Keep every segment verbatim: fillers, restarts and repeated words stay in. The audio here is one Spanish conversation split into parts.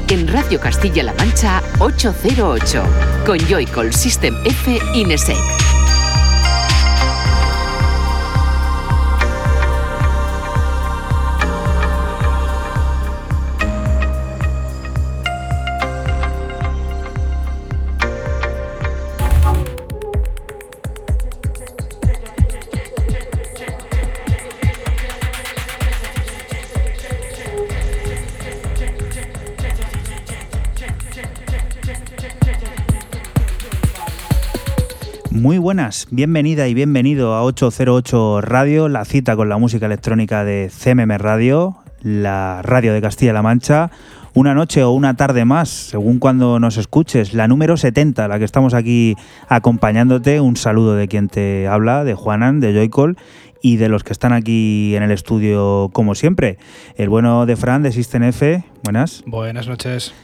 en Radio Castilla-La Mancha ochocientos ocho, con Joycall System F y Nesek. Muy buenas, bienvenida y bienvenido a ochocientos ocho Radio, la cita con la música electrónica de C M M Radio, la radio de Castilla-La Mancha. Una noche o una tarde más, según cuando nos escuches, la número setenta, la que estamos aquí acompañándote. Un saludo de quien te habla, de Juanan, de Joycall, y de los que están aquí en el estudio como siempre. El bueno de Fran, de System F, buenas. Buenas noches.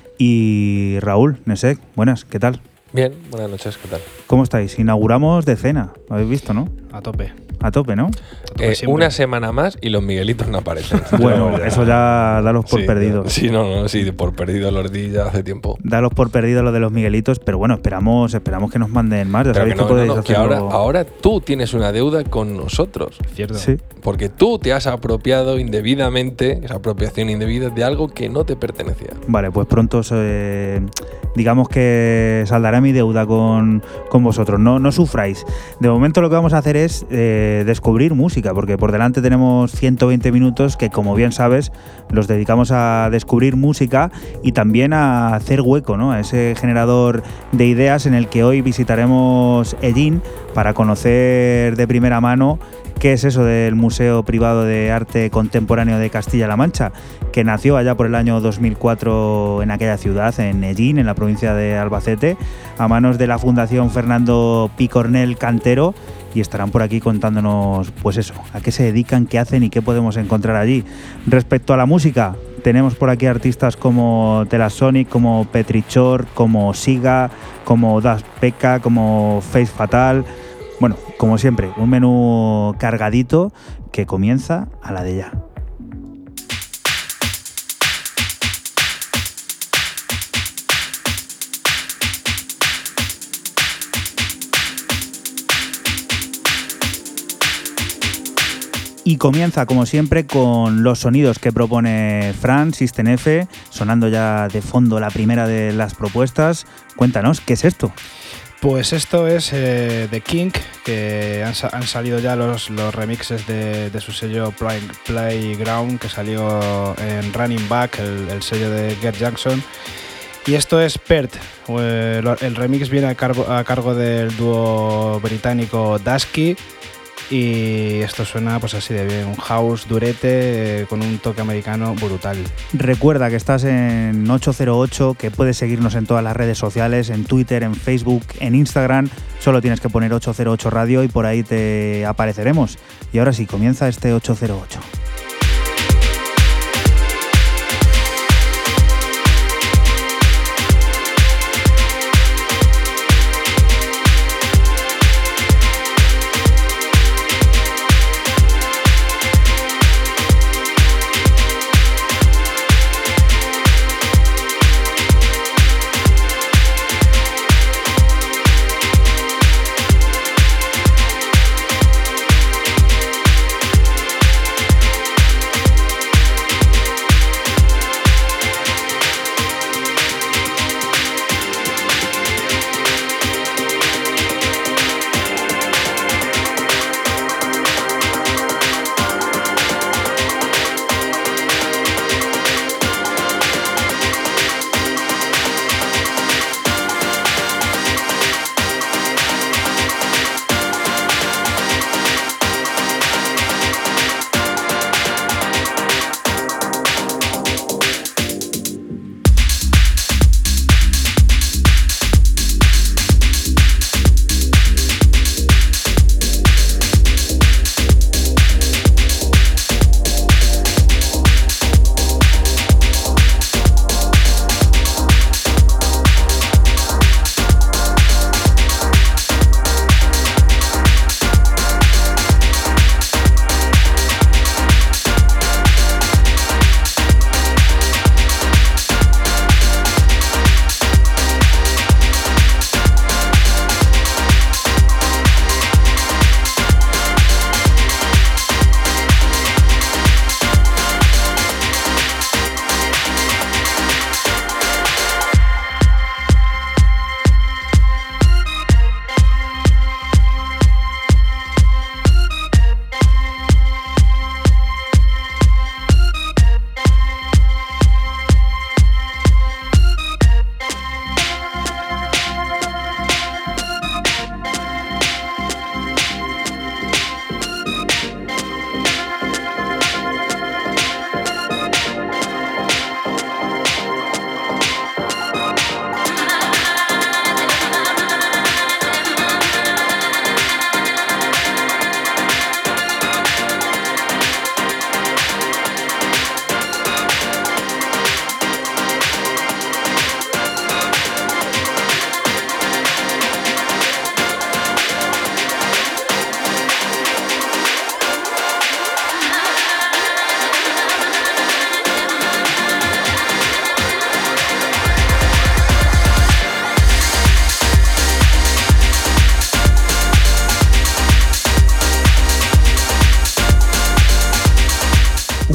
Y Raúl, Nesek, buenas, ¿qué tal? Bien, buenas noches, ¿qué tal? ¿Cómo estáis? Inauguramos decena, lo habéis visto, ¿no? A tope. A tope, ¿no? A tope Eh, una semana más y los Miguelitos no aparecen. Bueno, No, ya. eso ya dalos por Sí, perdidos. Sí, no, no, sí, por perdido los di ya hace tiempo. Dalos por perdidos lo de los Miguelitos, pero bueno, esperamos esperamos que nos manden más. Ya Pero sabéis que que, no, podéis no, no, que hacerlo. ahora, ahora tú tienes una deuda con nosotros. Cierto. Sí. Porque tú te has apropiado indebidamente, esa apropiación indebida, de algo que no te pertenecía. Vale, pues pronto eh, digamos que saldará mi deuda con, con vosotros. No, no sufráis. De momento lo que vamos a hacer es eh, descubrir música, porque por delante tenemos ciento veinte minutos que, como bien sabes, los dedicamos a descubrir música y también a hacer hueco, ¿no?, a ese generador de ideas en el que hoy visitaremos Egin para conocer de primera mano qué es eso del Museo Privado de Arte Contemporáneo de Castilla-La Mancha, que nació allá por el año dos mil cuatro en aquella ciudad, en Egin, en la provincia de Albacete, a manos de la Fundación Fernando Picornell Cantero, y estarán por aquí contándonos, pues eso, a qué se dedican, qué hacen y qué podemos encontrar allí. Respecto a la música, tenemos por aquí artistas como Telasonic, como Petrichor, como Siga, como Das Pekka, como Face Fatal. Bueno, como siempre, un menú cargadito que comienza a la de ya. Y comienza, como siempre, con los sonidos que propone Fran, System F, sonando ya de fondo la primera de las propuestas. Cuéntanos, ¿qué es esto? Pues esto es eh, The King, que han, han salido ya los, los remixes de, de su sello Play, Playground, que salió en Running Back, el, el sello de Gert Jackson. Y esto es Pert. El, el remix viene a cargo, a cargo del dúo británico Dusky. Y esto suena pues así de bien, un house durete eh, con un toque americano brutal. Recuerda que estás en ochocientos ocho, que puedes seguirnos en todas las redes sociales, en Twitter, en Facebook, en Instagram. Solo tienes que poner ochocientos ocho Radio y por ahí te apareceremos. Y ahora sí, comienza este ochocientos ocho.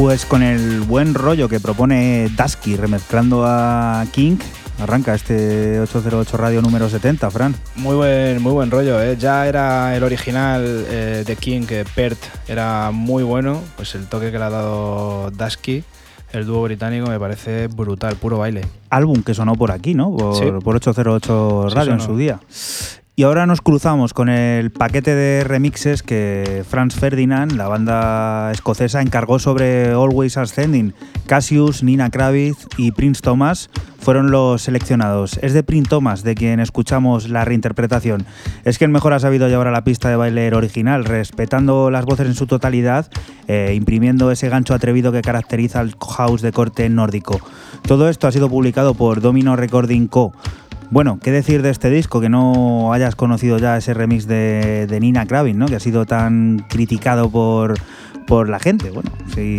Pues con el buen rollo que propone Dusky remezclando a King, arranca este ocho cero ocho Radio número setenta, Fran. Muy buen, muy buen rollo, ¿eh? Ya era el original eh, de King, que Pert era muy bueno, pues el toque que le ha dado Dusky, el dúo británico, me parece brutal, puro baile. Álbum que sonó por aquí, ¿no? Por, sí. por ocho cero ocho Radio sí, en su día. Y ahora nos cruzamos con el paquete de remixes que Franz Ferdinand, la banda escocesa, encargó sobre Always Ascending. Cassius, Nina Kravitz y Prince Thomas fueron los seleccionados. Es de Prince Thomas de quien escuchamos la reinterpretación. Es que el mejor ha sabido llevar a la pista de baile original, respetando las voces en su totalidad, eh, imprimiendo ese gancho atrevido que caracteriza al house de corte nórdico. Todo esto ha sido publicado por Domino Recording Co. Bueno, ¿qué decir de este disco? Que no hayas conocido ya ese remix de, de Nina Kravitz, ¿no? Que ha sido tan criticado por, por la gente. Bueno,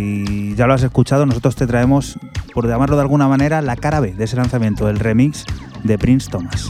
si ya lo has escuchado, nosotros te traemos, por llamarlo de alguna manera, la cara B de ese lanzamiento, el remix de Prince Thomas.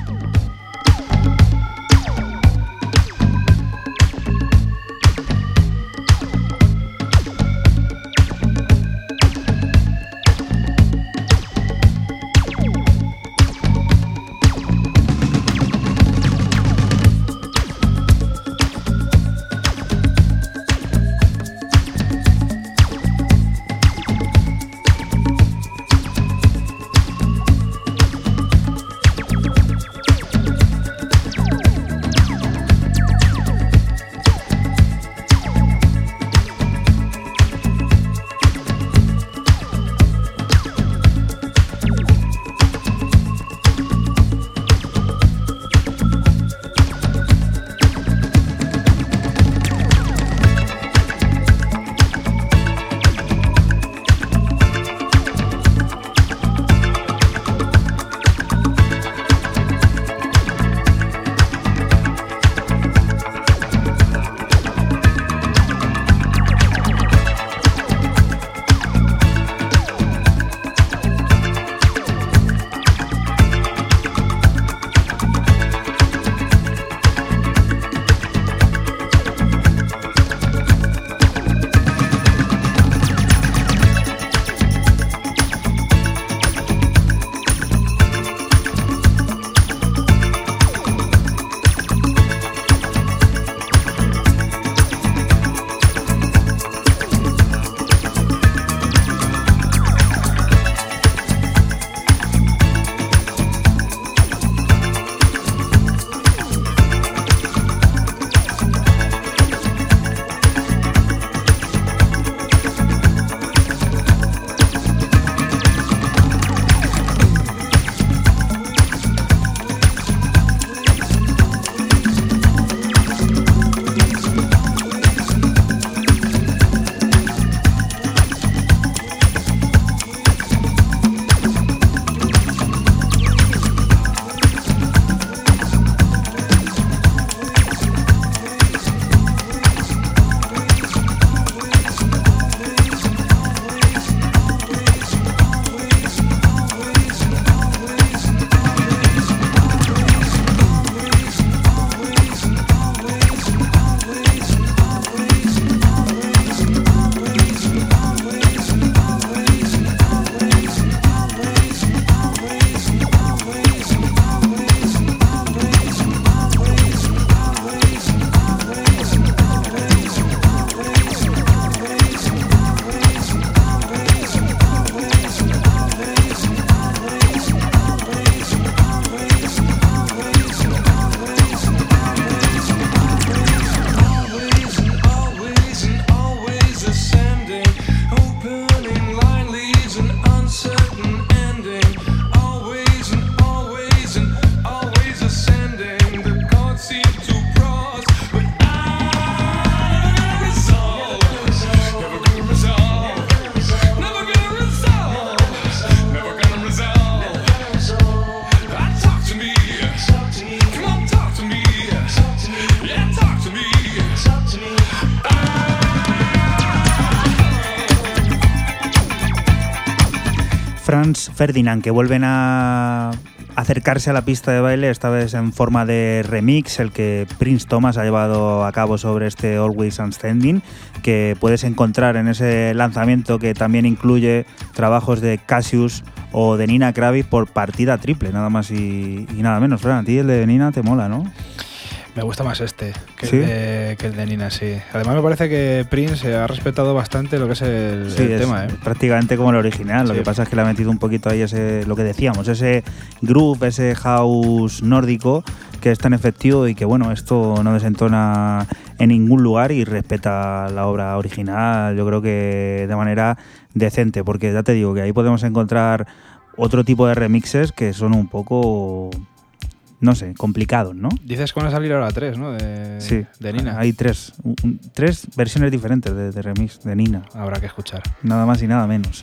Franz Ferdinand, que vuelven a, acercarse a la pista de baile, esta vez en forma de remix, el que Prince Thomas ha llevado a cabo sobre este Always Outstanding, que puedes encontrar en ese lanzamiento que también incluye trabajos de Cassius o de Nina Kravitz por partida triple, nada más y, y nada menos. Fran, a ti el de Nina te mola, ¿no? Me gusta más este que, ¿Sí? el de, que el de Nina, sí. Además me parece que Prince ha respetado bastante lo que es el, sí, el es tema, ¿eh? prácticamente como el original. Lo Sí. que pasa es que le ha metido un poquito ahí ese, lo que decíamos, ese groove, ese house nórdico que es tan efectivo y que, bueno, esto no desentona en ningún lugar y respeta la obra original, yo creo que de manera decente, porque ya te digo que ahí podemos encontrar otro tipo de remixes que son un poco, no sé, complicados, ¿no? Dices que van a salir ahora tres, ¿no? De, Sí, de Nina. hay tres, un- tres versiones diferentes de, de remix de Nina. Habrá que escuchar. Nada más y nada menos.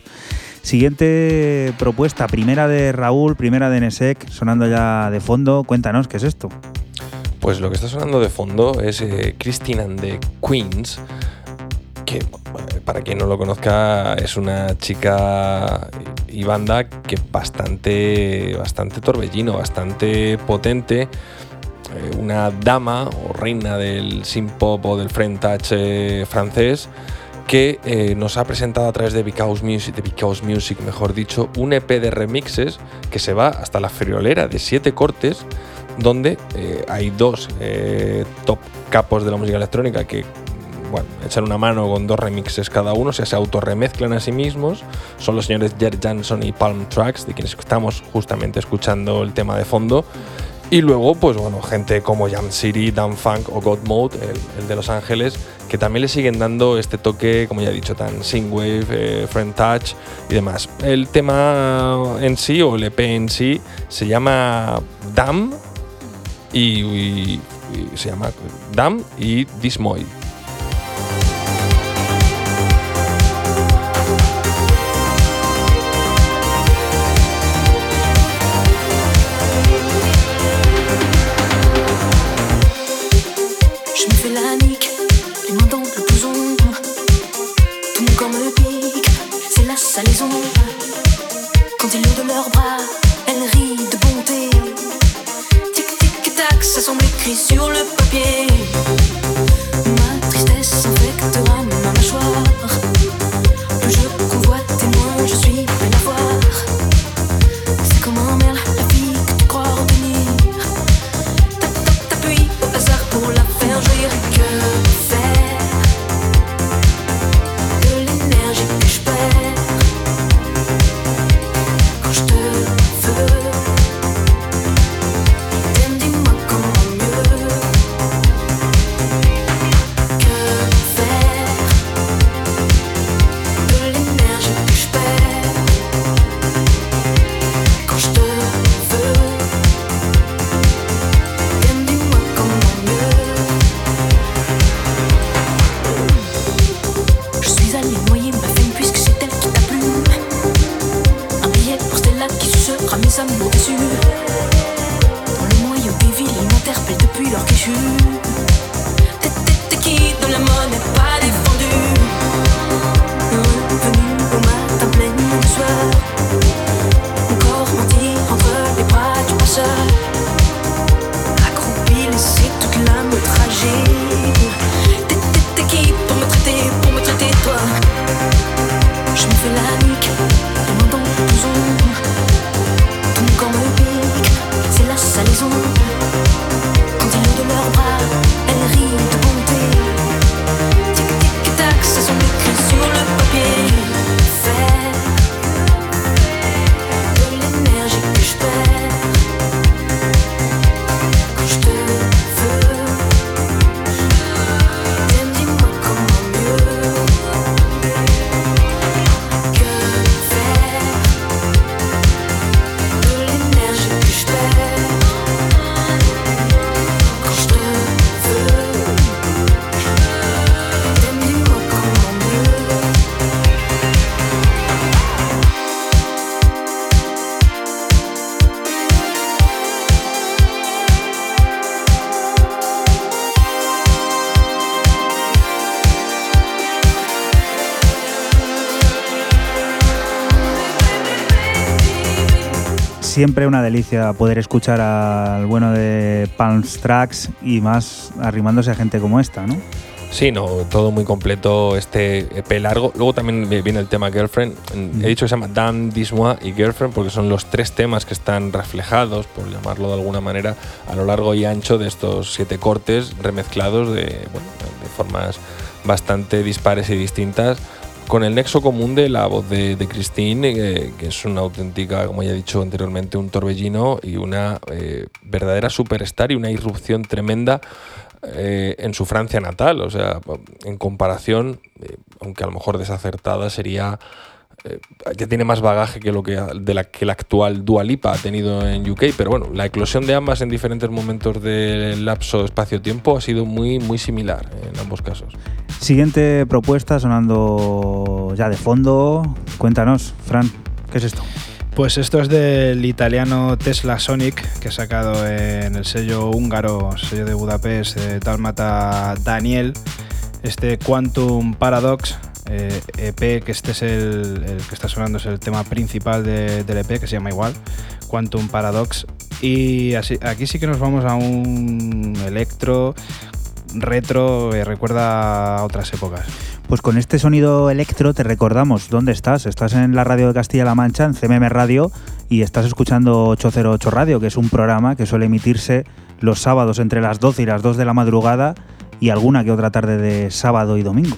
Siguiente propuesta, primera de Raúl, primera de Nesek, sonando ya de fondo. Cuéntanos, ¿qué es esto? Pues lo que está sonando de fondo es eh, Christine and the Queens, que eh, para quien no lo conozca es una chica y banda que bastante, bastante torbellino, bastante potente, eh, una dama o reina del synth-pop o del French touch eh, francés, que eh, nos ha presentado a través de Because Music, de Because Music, mejor dicho, un E P de remixes que se va hasta la friolera de siete cortes, donde eh, hay dos eh, top capos de la música electrónica que, bueno, echan una mano con dos remixes cada uno, o sea, se autorremezclan a sí mismos. Son los señores Jer Jansson y Palm Tracks, de quienes estamos justamente escuchando el tema de fondo. Y luego, pues bueno, gente como Jam City, Dan Funk o God Mode, el, el de Los Ángeles, que también le siguen dando este toque, como ya he dicho, tan synthwave, eh, French touch y demás. El tema en sí, o el E P en sí, se llama Dam y, y, y se llama Dam y Dismoy. Je me fais la nique, les mains dans le blouson. Tout mon corps me pique, c'est la salaison. Quand ils l'ont de leurs bras, elle rit de bonté. Tic tic tac, ça semble écrit sur le papier. Ma tristesse infectera ma mâchoire. Plus je convoite et moins je suis pleine à voir. C'est comme un merle, la fille que tu crois retenir. Tape tape t'appuies au hasard pour la faire jouir. Que faire de l'énergie que je perds quand je te veux? T'aimes, dis-moi comment mieux. Que faire de l'énergie que je perds quand je te veux? T'aimes, dis-moi comment mieux. Je suis allée noyer ma femme puisque c'est elle qui t'a plu. Un billet pour Stella qui sucera mes amours déçus. Dans le moyeu des villes, ils m'interpellent depuis leur quichue. T'es, t'es, t'es qui de la monnaie n'est pas défendue. Revenu au matin pleine de sueur. Mon corps menti entre les bras du passeur. Accroupi, laissé toute l'âme tragique. T'es, t'es, t'es qui pour me traiter, pour me traiter toi? Je me fais la nique, les mains dans le blouson. Tout mon corps me pique, siempre una delicia poder escuchar al bueno de Palms Tracks y más arrimándose a gente como esta, ¿no? Sí, no, todo muy completo, este E P largo. Luego también viene el tema Girlfriend. Mm. He dicho que se llama Damn This Moi y Girlfriend porque son los tres temas que están reflejados, por llamarlo de alguna manera, a lo largo y ancho de estos siete cortes remezclados de, bueno, de formas bastante dispares y distintas, con el nexo común de la voz de, de Christine, eh, que es una auténtica, como ya he dicho anteriormente, un torbellino y una eh, verdadera superstar y una irrupción tremenda Eh, en su Francia natal. O sea, en comparación, eh, aunque a lo mejor desacertada, sería eh, ya tiene más bagaje que lo que de la que la actual Dua Lipa ha tenido en U K, pero bueno, la eclosión de ambas en diferentes momentos del lapso espacio-tiempo ha sido muy muy similar en ambos casos. Siguiente propuesta sonando ya de fondo. Cuéntanos, Fran, ¿qué es esto? Pues esto es del italiano Tesla Sonic, que ha sacado en el sello húngaro, sello de Budapest, eh, Dálmata Daniel, este Quantum Paradox eh, E P, que este es el, el que está sonando, es el tema principal de, del E P, que se llama igual, Quantum Paradox. Y así, aquí sí que nos vamos a un electro retro que recuerda a otras épocas. Pues con este sonido electro te recordamos dónde estás. Estás en la radio de Castilla-La Mancha, en C M M Radio, y estás escuchando ochocientos ocho Radio, que es un programa que suele emitirse los sábados entre las doce y las dos de la madrugada y alguna que otra tarde de sábado y domingo.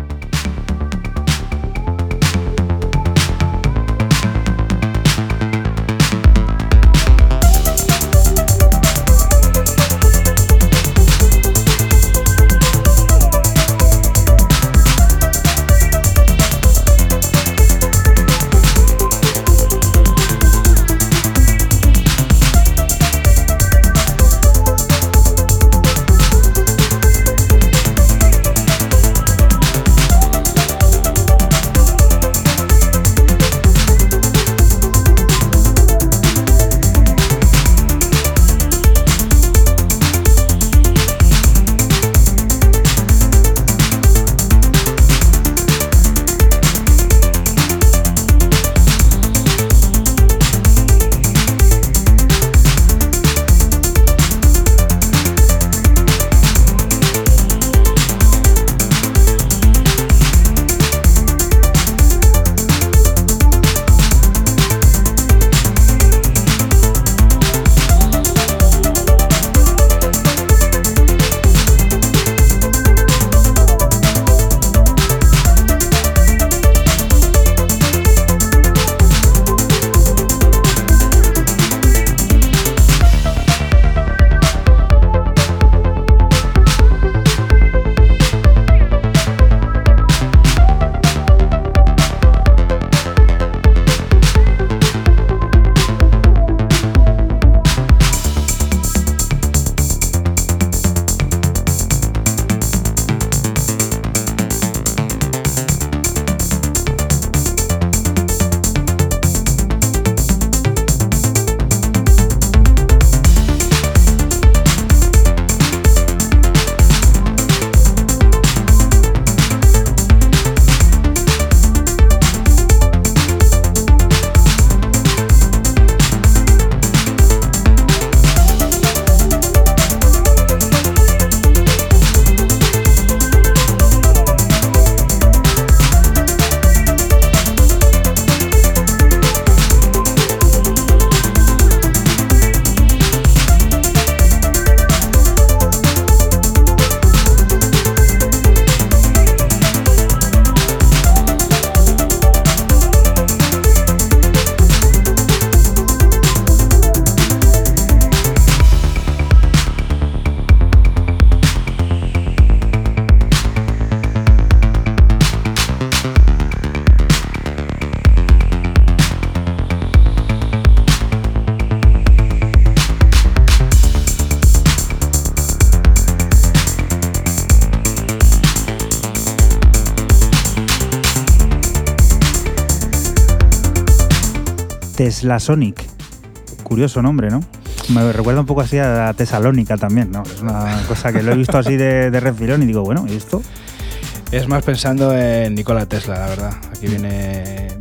Tesla Sonic. Curioso nombre, ¿no? Me recuerda un poco así a Tesalónica también, ¿no? Es una cosa que lo he visto así de, de refilón y digo, bueno, ¿y esto? Es más pensando en Nikola Tesla, la verdad. Aquí viene,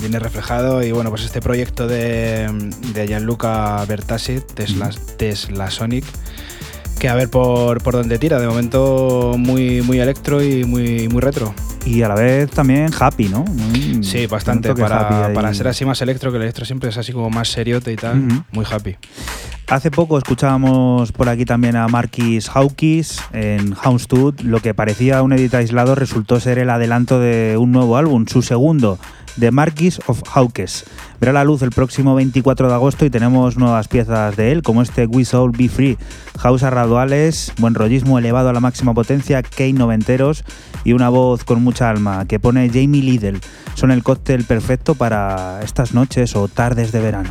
viene reflejado. Y bueno, pues este proyecto de, de Gianluca Bertazzi, Tesla, Tesla Sonic, que a ver por, por dónde tira. De momento muy, muy electro y muy, muy retro. Y a la vez también happy, ¿no? Muy, sí, bastante. Para, para ser así más electro, que el electro siempre es así como más seriote y tal. Uh-huh. Muy happy. Hace poco escuchábamos por aquí también a Marquis Hawkes en Houndstooth. Lo que parecía un edit aislado resultó ser el adelanto de un nuevo álbum, su segundo, The Marquis of Hawkes. Verá la luz el próximo veinticuatro de agosto y tenemos nuevas piezas de él, como este We Soul Be Free, house a raduales, buen rollismo elevado a la máxima potencia, key noventeros y una voz con mucha alma que pone Jamie Liddell. Son el cóctel perfecto para estas noches o tardes de verano.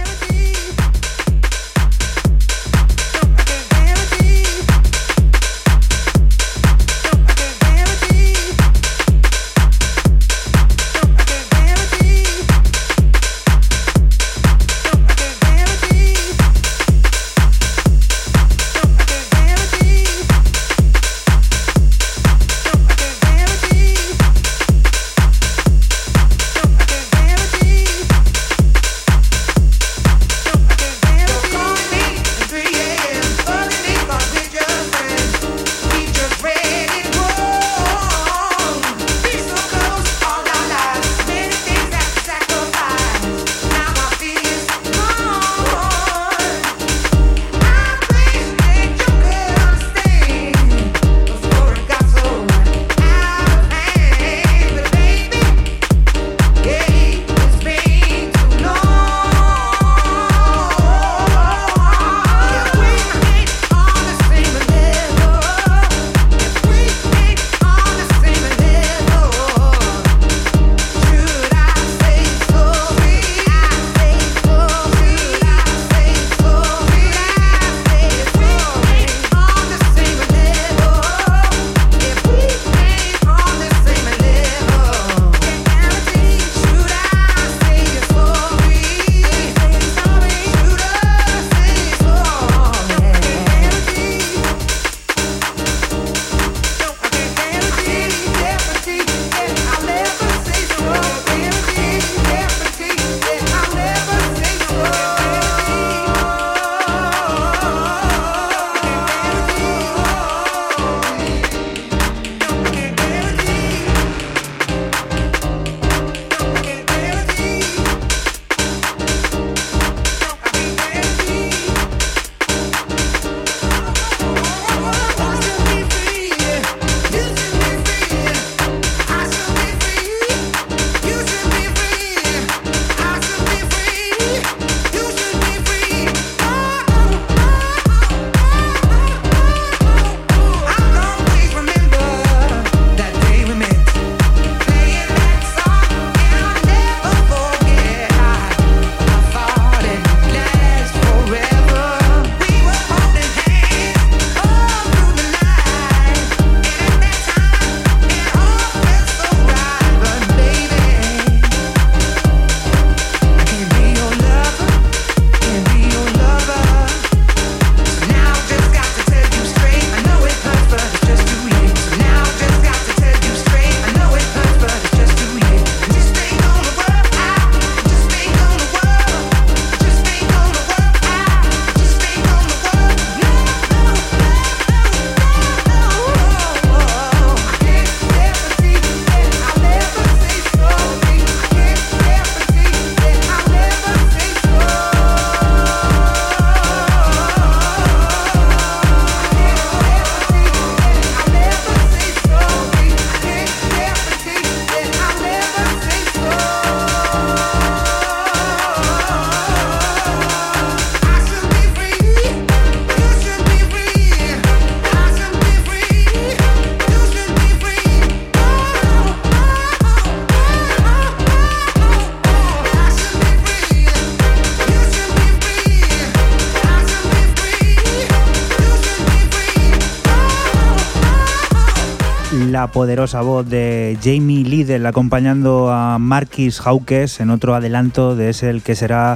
la poderosa voz de Jamie Liddell acompañando a Marquis Hawkes en otro adelanto de ese el que será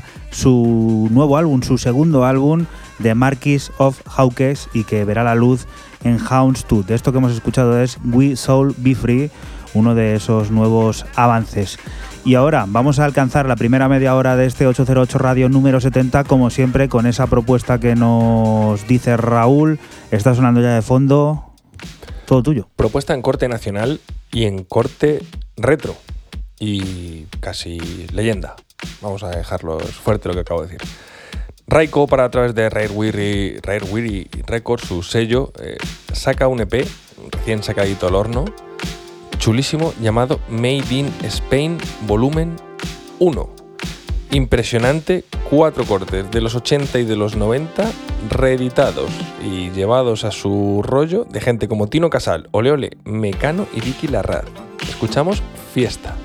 su nuevo álbum, su segundo álbum, The Marquis of Hawkes, y que verá la luz en Houndstooth. Esto que hemos escuchado es We Soul Be Free, uno de esos nuevos avances. Y ahora vamos a alcanzar la primera media hora de este ocho cero ocho Radio número setenta, como siempre, con esa propuesta que nos dice Raúl. Está sonando ya de fondo, todo tuyo. Propuesta en corte nacional y en corte retro y casi leyenda. Vamos a dejarlo fuerte lo que acabo de decir. Raiko, para a través de Rare Weary, Rare Weary Records, su sello, eh, saca un E P recién sacadito al horno, chulísimo, llamado Made in Spain Volumen uno. Impresionante, cuatro cortes de los ochenta y de los noventa reeditados y llevados a su rollo de gente como Tino Casal, Ole Ole, Mecano y Vicky Larraz. Escuchamos Fiesta.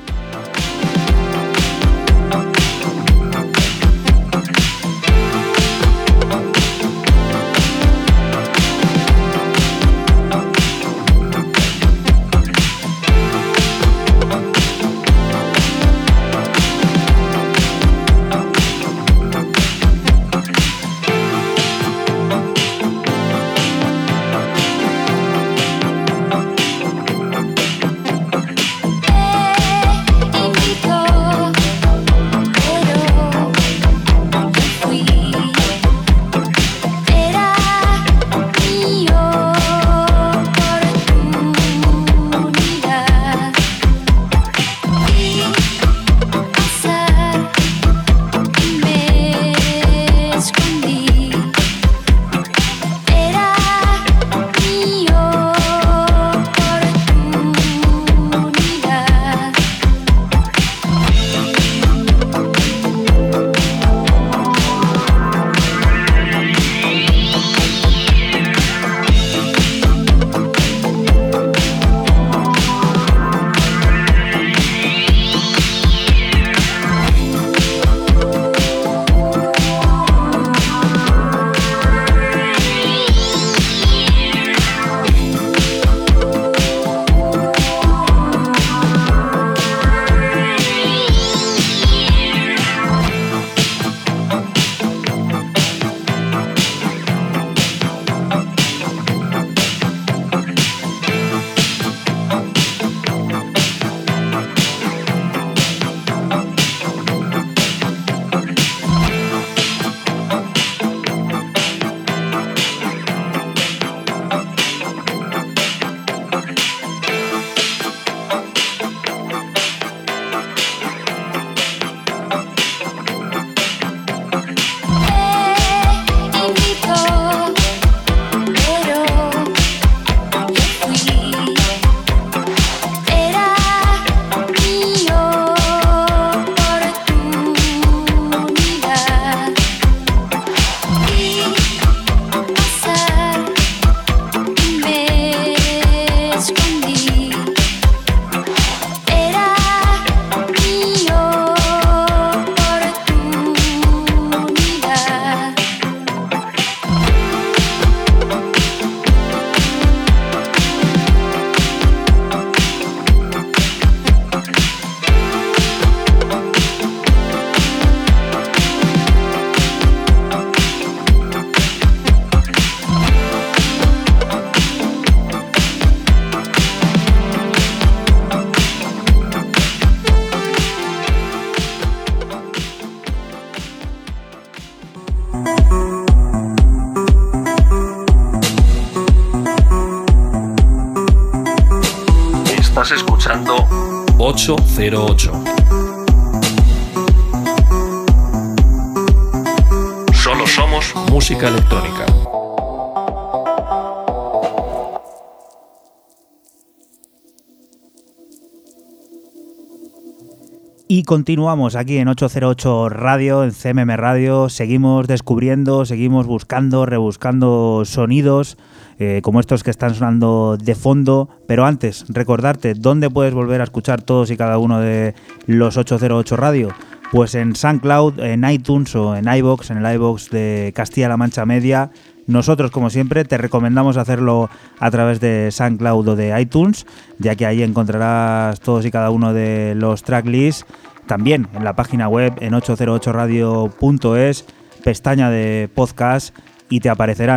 Estás escuchando ocho cero ocho. Solo somos música electrónica. Y continuamos aquí en ocho cero ocho Radio, en C M M Radio. Seguimos descubriendo, seguimos buscando, rebuscando sonidos eh, como estos que están sonando de fondo. Pero antes, recordarte dónde puedes volver a escuchar todos y cada uno de los ocho cero ocho Radio. Pues en SoundCloud, en iTunes o en iVoox, en el iVoox de Castilla-La Mancha Media. Nosotros, como siempre, te recomendamos hacerlo a través de SoundCloud o de iTunes, ya que ahí encontrarás todos y cada uno de los tracklists. También en la página web en ocho cero ocho radio punto es, pestaña de podcast, y te aparecerán.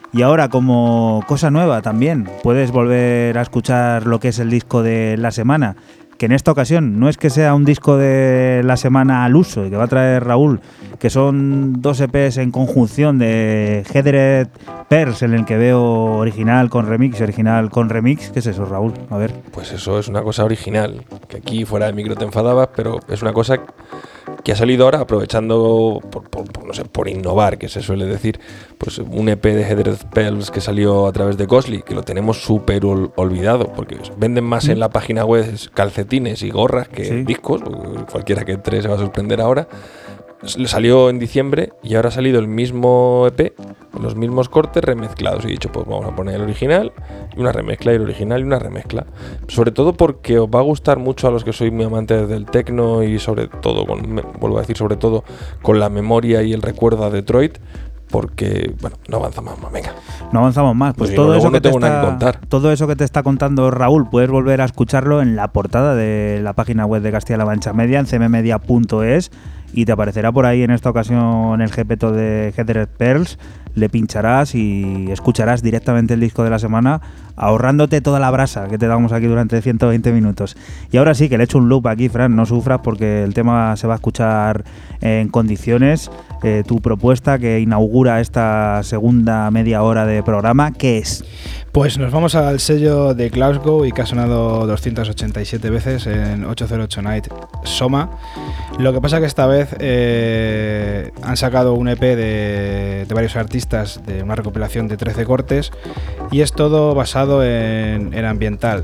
Y ahora, como cosa nueva también, puedes volver a escuchar lo que es el disco de la semana, que en esta ocasión no es que sea un disco de la semana al uso y que va a traer Raúl, que son dos E Pes en conjunción de Heathered Pearls, en el que veo original con remix, original con remix. ¿Qué es eso, Raúl? A ver. Pues eso es una cosa original, que aquí fuera del micro te enfadabas, pero es una cosa que ha salido ahora aprovechando por, por, por, no sé, por innovar, que se suele decir, pues un E P de Heathered Pearls que salió a través de Ghostly, que lo tenemos súper ol, olvidado, porque venden más ¿Mm? en la página web calcetines y gorras que ¿Sí? discos, cualquiera que entre se va a sorprender ahora. Salió en diciembre y ahora ha salido el mismo E P con los mismos cortes remezclados. Y he dicho, pues vamos a poner el original y una remezcla, y el original y una remezcla. Sobre todo porque os va a gustar mucho a los que sois muy amantes del techno y sobre todo, con, vuelvo a decir, sobre todo con la memoria y el recuerdo a Detroit. Porque, bueno, no avanzamos más, venga. No avanzamos más. Pues, pues todo, no, eso que no te tengo está, nada que contar. todo eso que te está contando Raúl, puedes volver a escucharlo en la portada de la página web de Castilla-La Mancha Media, en c m media punto es, y te aparecerá por ahí en esta ocasión el Gepetto de Heathered Pearls. Le pincharás y escucharás directamente el disco de la semana, ahorrándote toda la brasa que te damos aquí durante ciento veinte minutos. Y ahora sí, que le he hecho un loop aquí, Fran, no sufras porque el tema se va a escuchar en condiciones. Eh, tu propuesta que inaugura esta segunda media hora de programa, ¿qué es? Pues nos vamos al sello de Glasgow y que ha sonado doscientas ochenta y siete veces en ochocientos ocho Night, Soma. Lo que pasa que esta vez eh, han sacado un E P de, de varios artistas, de una recopilación de trece cortes, y es todo basado en, en ambiental,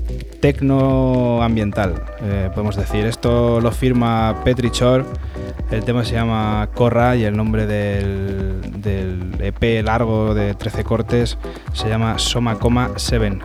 tecno ambiental, eh, podemos decir. Esto lo firma Petri Chor, el tema se llama Corra y el nombre del, del E P largo de trece cortes se llama Soma Coma Seven.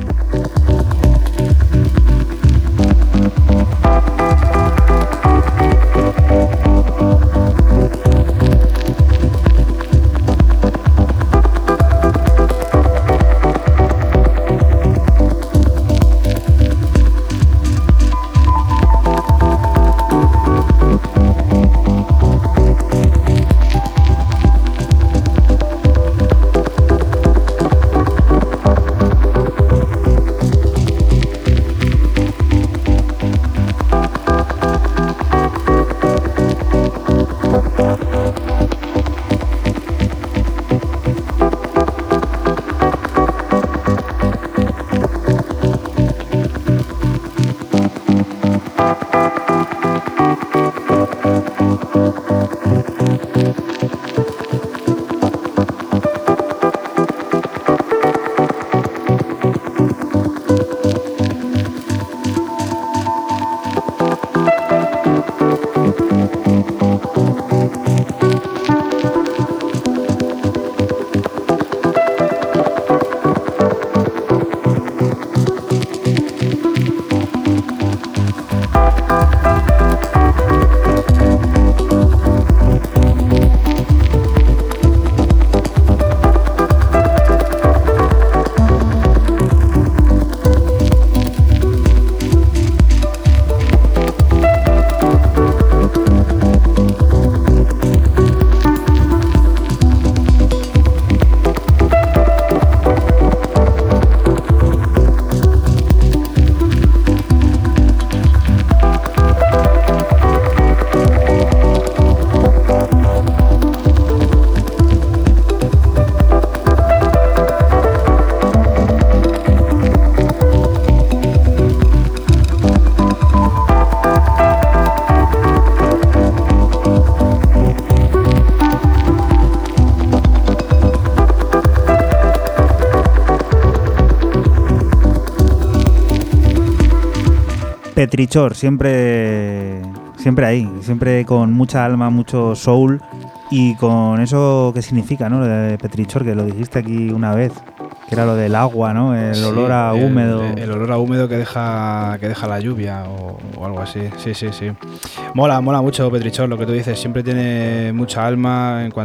Petri Chor, siempre, siempre ahí, siempre con mucha alma, mucho soul y con eso que significa, ¿no? Lo de Petri Chor, que lo dijiste aquí una vez, que era lo del agua, ¿no? El sí, olor a el, húmedo. El, el olor a húmedo que deja, que deja la lluvia o, o algo así. Sí, sí, sí. Mola, mola mucho Petri Chor, lo que tú dices. Siempre tiene mucha alma en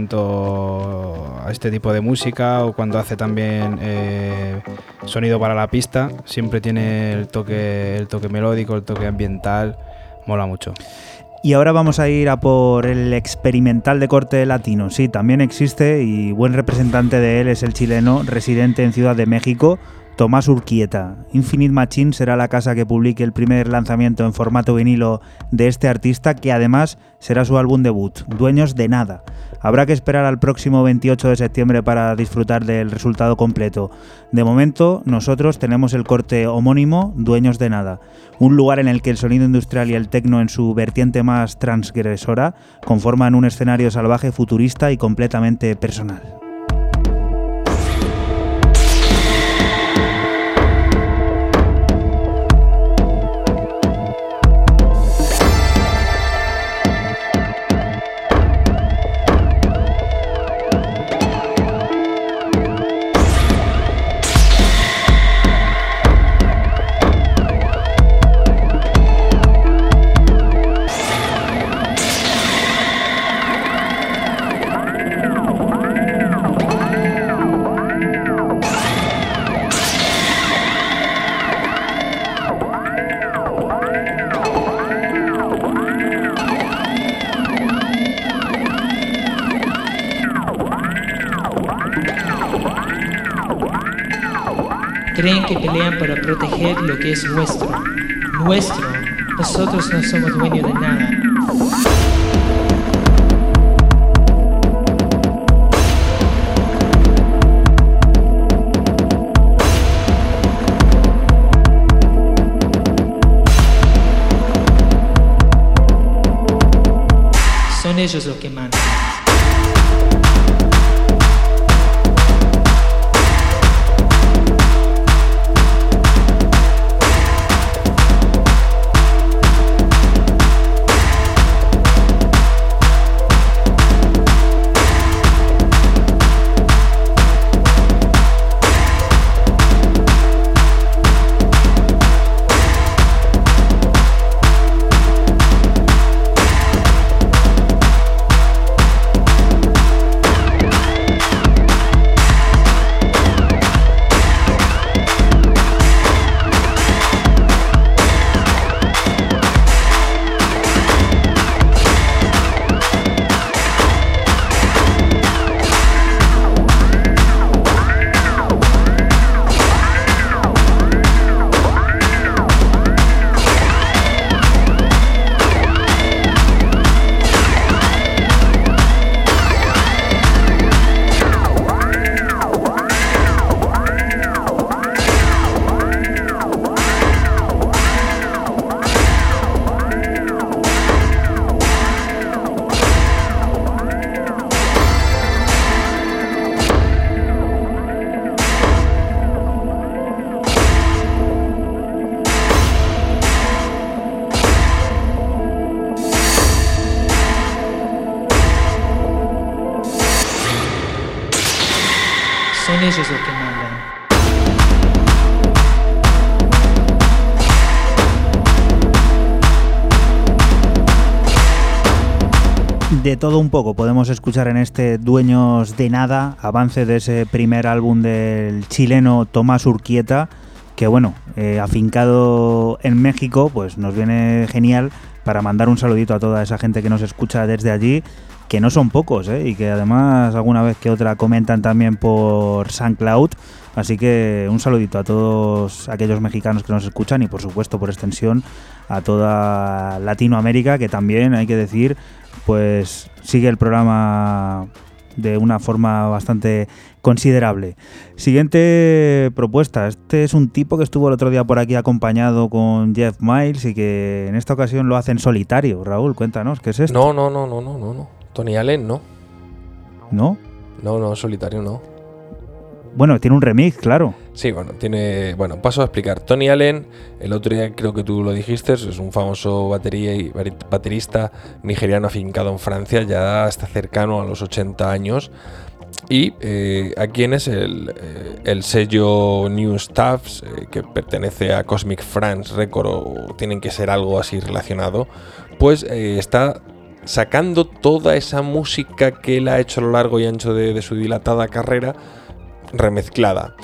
cuanto a este tipo de música o cuando hace también eh, sonido para la pista. Siempre tiene el toque, el toque melódico, el toque ambiental. Mola mucho. Y ahora vamos a ir a por el experimental de corte latino. Sí, también existe y buen representante de él es el chileno residente en Ciudad de México, Tomás Urquieta. Infinite Machine será la casa que publique el primer lanzamiento en formato vinilo de este artista, que además será su álbum debut, Dueños de Nada. Habrá que esperar al próximo veintiocho de septiembre para disfrutar del resultado completo. De momento, nosotros tenemos el corte homónimo, Dueños de Nada, un lugar en el que el sonido industrial y el techno en su vertiente más transgresora conforman un escenario salvaje, futurista y completamente personal. Creen que pelean para proteger lo que es nuestro. Nuestro. Nosotros no somos dueños de nada. Son ellos los que mandan. Son ellos los que mandan. De todo un poco podemos escuchar en este Dueños de Nada, avance de ese primer álbum del chileno Tomás Urquieta, que bueno, eh, afincado en México, pues nos viene genial para mandar un saludito a toda esa gente que nos escucha desde allí, que no son pocos, ¿eh? Y que además alguna vez que otra comentan también por SoundCloud. Así que un saludito a todos aquellos mexicanos que nos escuchan y por supuesto por extensión a toda Latinoamérica, que también hay que decir pues sigue el programa de una forma bastante considerable. Siguiente propuesta. Este es un tipo que estuvo el otro día por aquí acompañado con Jeff Miles y que en esta ocasión lo hace en solitario. Raúl, cuéntanos, ¿qué es esto? No, no, no, no, no, no, no. Tony Allen, no. ¿No? No, no, solitario no. Bueno, tiene un remix, claro. Sí, bueno, tiene... Bueno, paso a explicar. Tony Allen, el otro día creo que tú lo dijiste, es un famoso batería y baterista nigeriano afincado en Francia, ya está cercano a los ochenta años. Y eh, a quien es el, eh, el sello New Stuffs, eh, que pertenece a Cosmic France Record, o tienen que ser algo así relacionado, pues eh, está sacando toda esa música que él ha hecho a lo largo y ancho de, de su dilatada carrera, remezclada.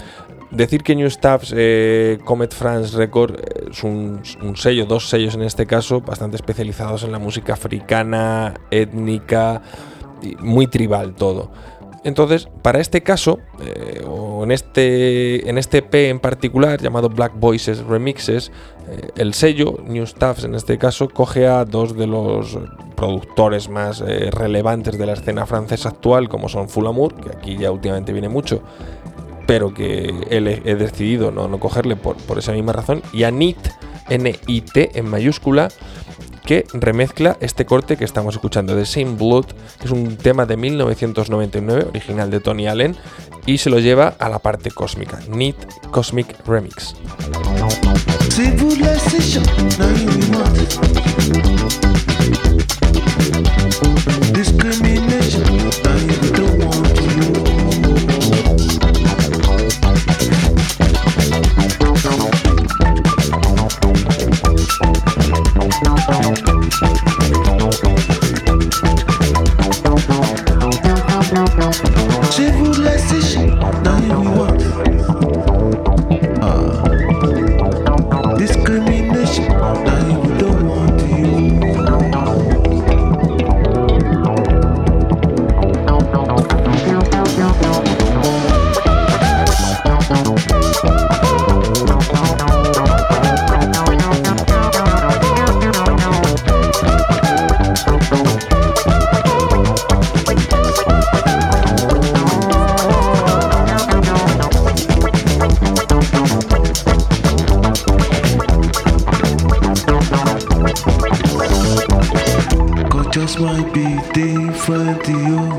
decir que New Stuffs, eh, Comet France Record, es un, un sello, dos sellos en este caso, bastante especializados en la música africana, étnica, muy tribal todo. Entonces, para este caso, eh, o en este, en este E P en particular, llamado Black Voices Remixes, eh, el sello, New Stuffs en este caso, coge a dos de los productores más eh, relevantes de la escena francesa actual, como son Full Amour, que aquí ya últimamente viene mucho, pero que he, he decidido no, no cogerle por, por esa misma razón, y a N I T, N I T en mayúscula, que remezcla este corte que estamos escuchando de Same Blood, que es un tema de mil novecientos noventa y nueve, original de Tony Allen, y se lo lleva a la parte cósmica, N I T Cosmic Remix. C'est vous de la sécher, now you want uh, discrimination, now you don't want you. Just might be different to you.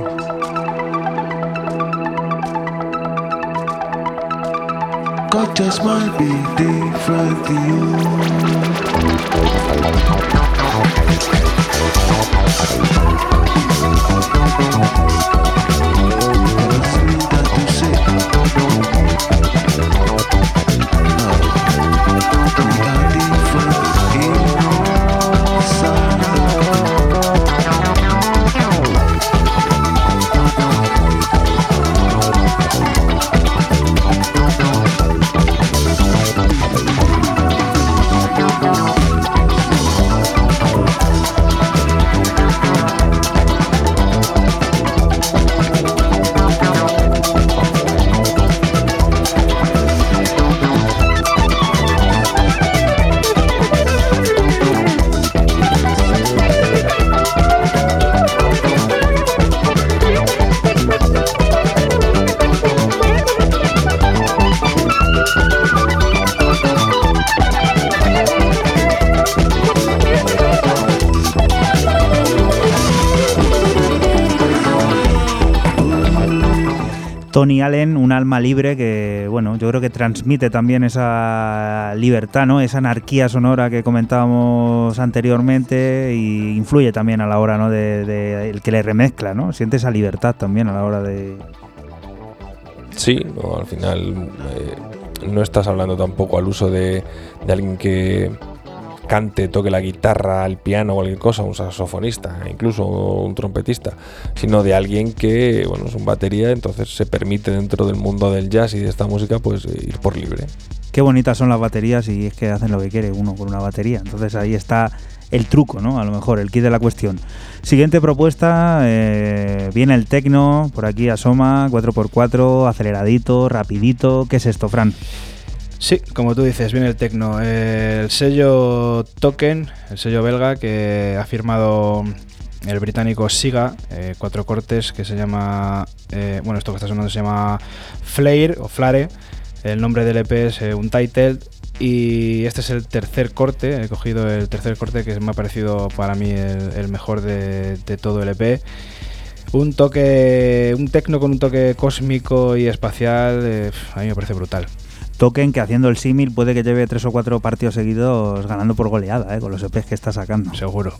God just might be different to you. Tony Allen, un alma libre que, bueno, yo creo que transmite también esa libertad, ¿no? Esa anarquía sonora que comentábamos anteriormente, y influye también a la hora, ¿no? de, de el que le remezcla, ¿no? Siente esa libertad también a la hora de... Sí, no, al final eh, no estás hablando tampoco al uso de, de alguien que cante, toque la guitarra, el piano o cualquier cosa, un saxofonista, incluso un trompetista, sino de alguien que, bueno, es un batería, entonces se permite dentro del mundo del jazz y de esta música pues ir por libre. Qué bonitas son las baterías, y es que hacen lo que quiere uno con una batería, entonces ahí está el truco, ¿no? A lo mejor el kit de la cuestión. Siguiente propuesta, eh, viene el techno, por aquí asoma, cuatro por cuatro, aceleradito, rapidito. ¿Qué es esto, Fran? Sí, como tú dices, viene el techno. Eh, el sello Token, el sello belga que ha firmado el británico Siga, eh, cuatro cortes, que se llama, eh, bueno, esto que está sonando se llama Flare o Flare. El nombre del E P es eh, Untitled, y este es el tercer corte. He cogido el tercer corte que me ha parecido para mí el, el mejor de, de todo el E P. Un toque, un techno con un toque cósmico y espacial, eh, a mí me parece brutal. Token, que haciendo el símil puede que lleve tres o cuatro partidos seguidos ganando por goleada, ¿eh? Con los E Pes que está sacando. Seguro.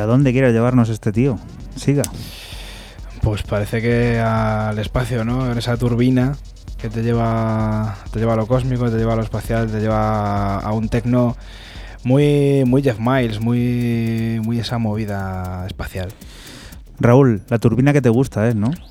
Pero ¿a dónde quiere llevarnos este tío? Siga. Pues parece que al espacio, ¿no? En esa turbina que te lleva, te lleva a lo cósmico, te lleva a lo espacial, te lleva a un techno muy, muy Jeff Miles, muy, muy esa movida espacial. Raúl, la turbina que te gusta es, ¿no?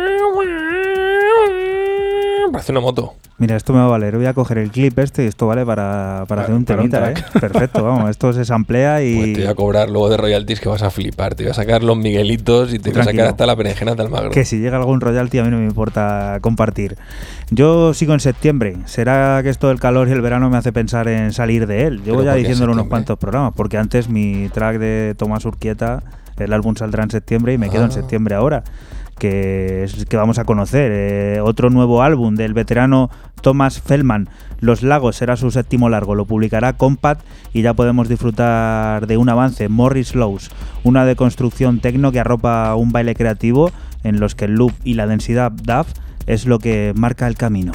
Parece una moto. Mira, esto me va a valer. Voy a coger el clip este y esto vale para, para hacer un para un temita, ¿eh? Perfecto, vamos. Esto se samplea y... Pues te voy a cobrar luego de royalties que vas a flipar. Te voy a sacar los Miguelitos y te voy a sacar hasta la berenjena de Almagro. Que si llega algún royalty a mí no me importa compartir. Yo sigo en septiembre. ¿Será que esto del calor y el verano me hace pensar en salir de él? Llevo ya diciéndolo en unos cuantos programas, porque antes mi track de Tomás Urquieta, el álbum saldrá en septiembre y me ah. quedo en septiembre ahora. Que, es, que vamos a conocer eh, otro nuevo álbum del veterano Thomas Feldman, Los Lagos, será su séptimo largo, lo publicará Compact y ya podemos disfrutar de un avance, Morris Lows, una deconstrucción techno que arropa un baile creativo en los que el loop y la densidad D A F es lo que marca el camino.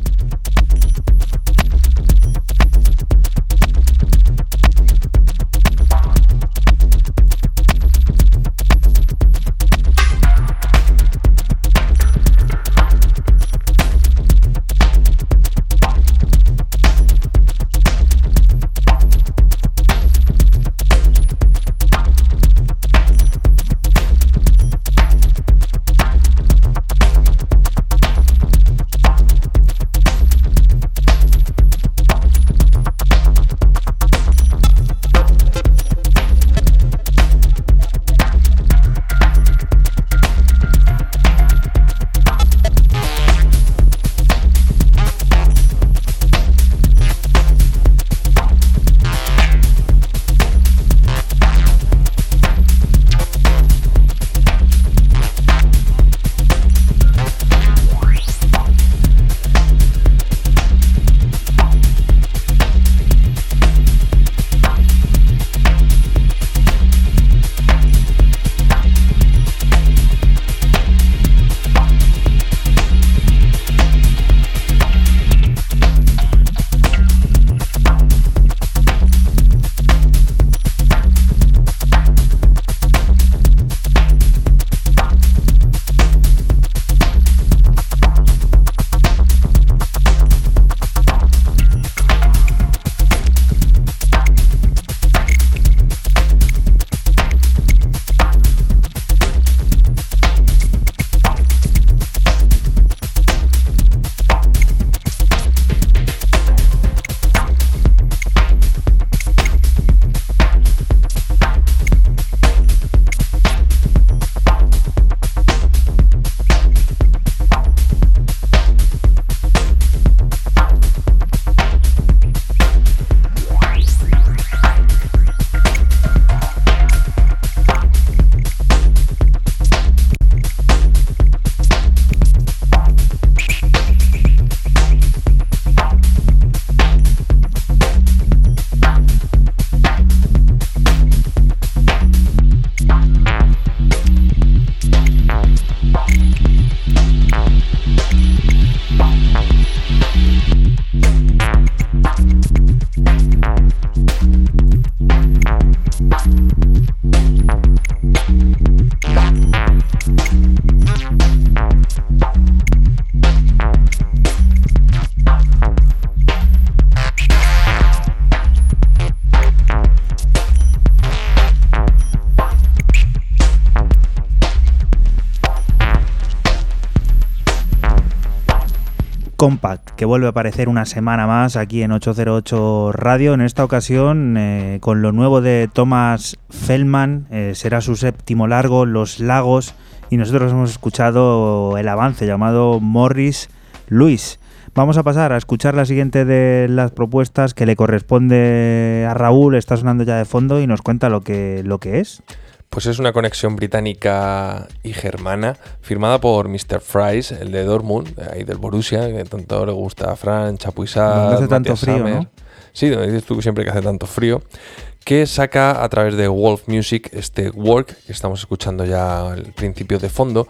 Compact, que vuelve a aparecer una semana más aquí en ocho cero ocho Radio, en esta ocasión eh, con lo nuevo de Thomas Feldman, eh, será su séptimo largo, Los Lagos, y nosotros hemos escuchado el avance llamado Morris Lows. Vamos a pasar a escuchar la siguiente de las propuestas que le corresponde a Raúl, está sonando ya de fondo y nos cuenta lo que, lo que es. Pues es una conexión británica y germana firmada por mister Fries, el de Dortmund, ahí del Borussia, que tanto le gusta a Fran, Chapuisat, hace tanto frío, Summer. ¿No? Sí, donde dices tú siempre que hace tanto frío, que saca a través de Wolf Music este Work, que estamos escuchando ya al principio de fondo,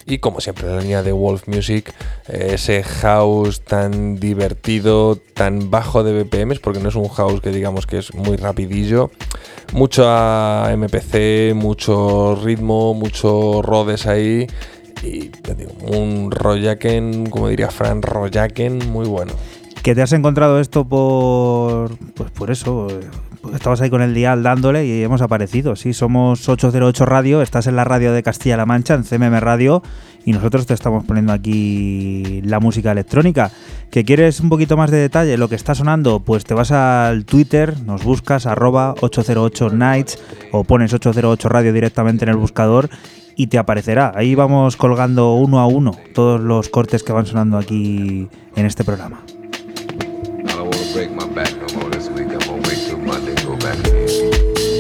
y como siempre la línea de Wolf Music, eh, ese house tan divertido, tan bajo de B P Ms, porque no es un house que digamos que es muy rapidillo, mucho M P C, mucho ritmo, mucho Rhodes ahí, y te digo, un Royaken, como diría Fran, Royaken muy bueno. ¿Que te has encontrado esto por pues por eso? Pues estabas ahí con el dial dándole y hemos aparecido. Sí, somos ocho cero ocho Radio, estás en la radio de Castilla-La Mancha, en C M M Radio, y nosotros te estamos poniendo aquí la música electrónica. ¿Que quieres un poquito más de detalle lo que está sonando? Pues te vas al Twitter, nos buscas arroba ocho cero ocho nights o pones ocho cero ocho Radio directamente en el buscador y te aparecerá. Ahí vamos colgando uno a uno todos los cortes que van sonando aquí en este programa. Break my back no more this week. I'm gonna wait till Monday, go back again.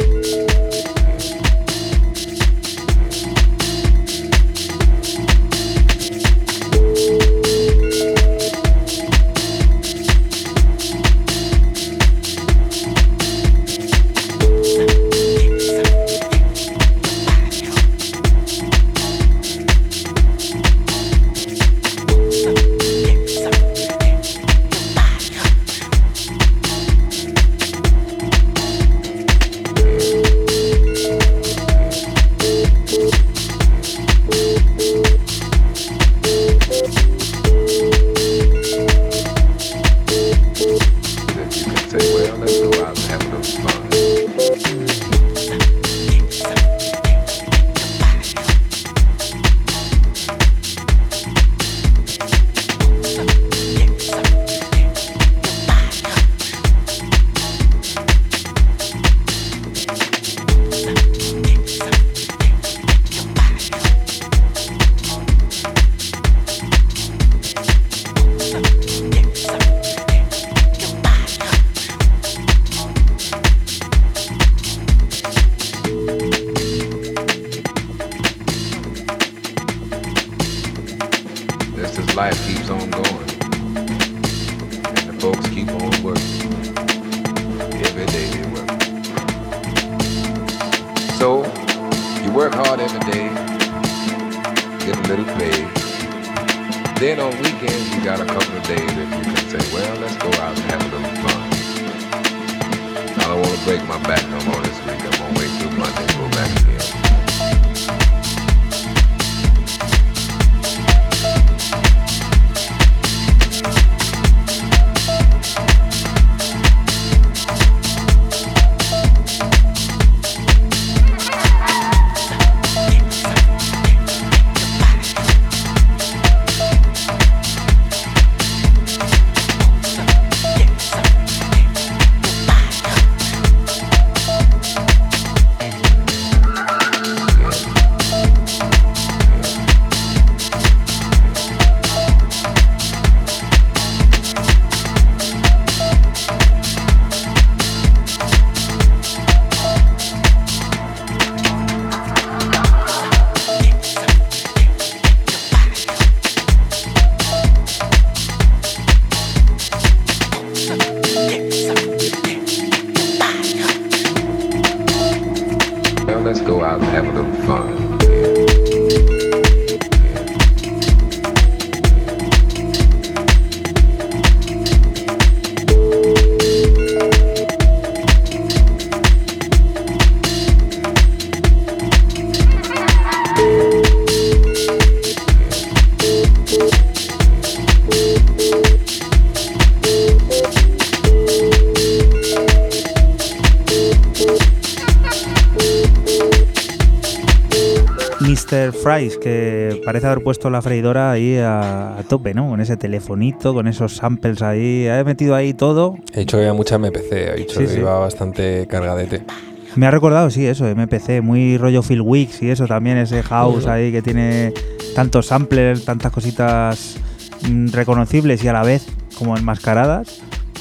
mister Fries, que parece haber puesto la freidora ahí a, a tope, ¿no? Con ese telefonito, con esos samples ahí. Ha metido ahí todo. He dicho que había mucha M P C, ha dicho Sí, que sí. iba bastante cargadete. Me ha recordado, sí, eso, M P C, muy rollo Phil Wicks y eso también, ese house ahí que tiene tantos samplers, tantas cositas mm, reconocibles y a la vez como enmascaradas,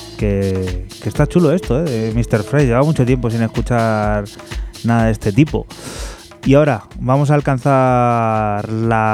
que, que está chulo esto, ¿eh? De mister Fries. Lleva mucho tiempo sin escuchar nada de este tipo. Y ahora vamos a alcanzar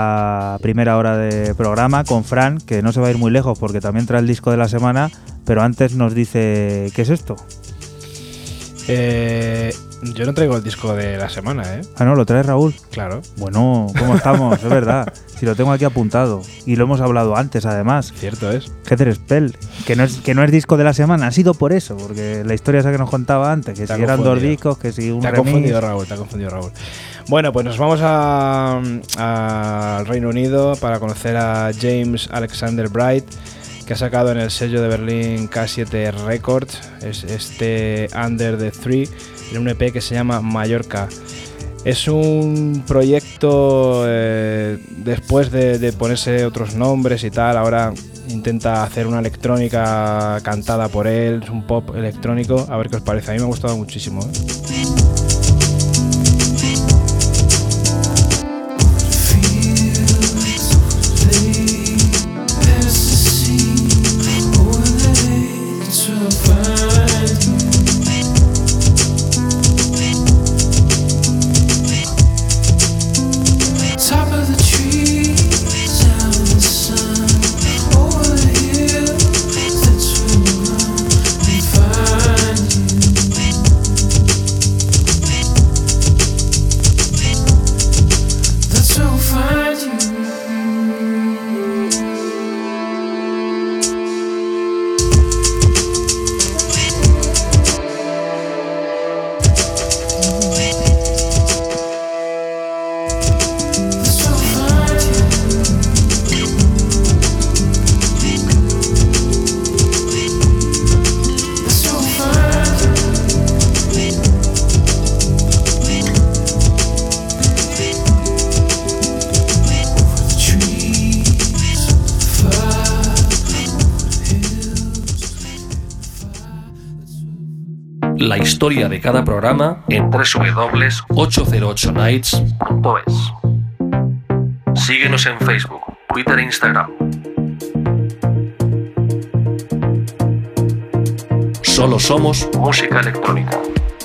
la primera hora de programa con Fran, que no se va a ir muy lejos porque también trae el disco de la semana, pero antes nos dice qué es esto. Eh, Yo no traigo el disco de la semana, ¿eh? Ah, no, ¿lo trae Raúl? Claro. Bueno, ¿cómo estamos? Es verdad. Si lo tengo aquí apuntado. Y lo hemos hablado antes, además. Cierto es. Heather Spell, que no es que no es disco de la semana, ha sido por eso, porque la historia esa que nos contaba antes, que Te si ha eran dos confundido. discos, que si un Te ha remix. confundido Raúl, te ha confundido Raúl. Bueno, pues nos vamos a- a- al Reino Unido para conocer a James Alexander Bright, que ha sacado en el sello de Berlín K siete Records es este Under the Three, en un E P que se llama Mallorca. Es un proyecto, eh, después de, de ponerse otros nombres y tal, ahora intenta hacer una electrónica cantada por él, es un pop electrónico, a ver qué os parece. A mí me ha gustado muchísimo, ¿eh? La historia de cada programa en doble u doble u doble u punto ocho cero ocho nights punto es. Síguenos en Facebook, Twitter e Instagram. Solo somos música electrónica.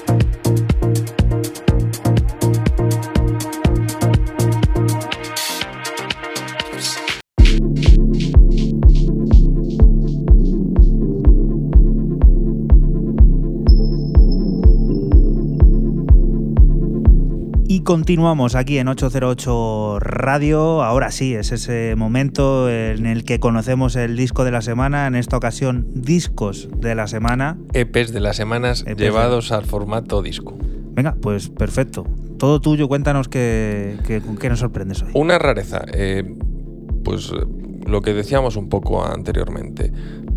Y continuamos aquí en ocho cero ocho Radio. Ahora sí, es ese momento en el que conocemos el disco de la semana. En esta ocasión, discos de la semana. E Pes de las semanas E Pes llevados al formato disco. Venga, pues perfecto. Todo tuyo, cuéntanos qué, qué, con qué nos sorprendes hoy. Una rareza. Eh, pues lo que decíamos un poco anteriormente.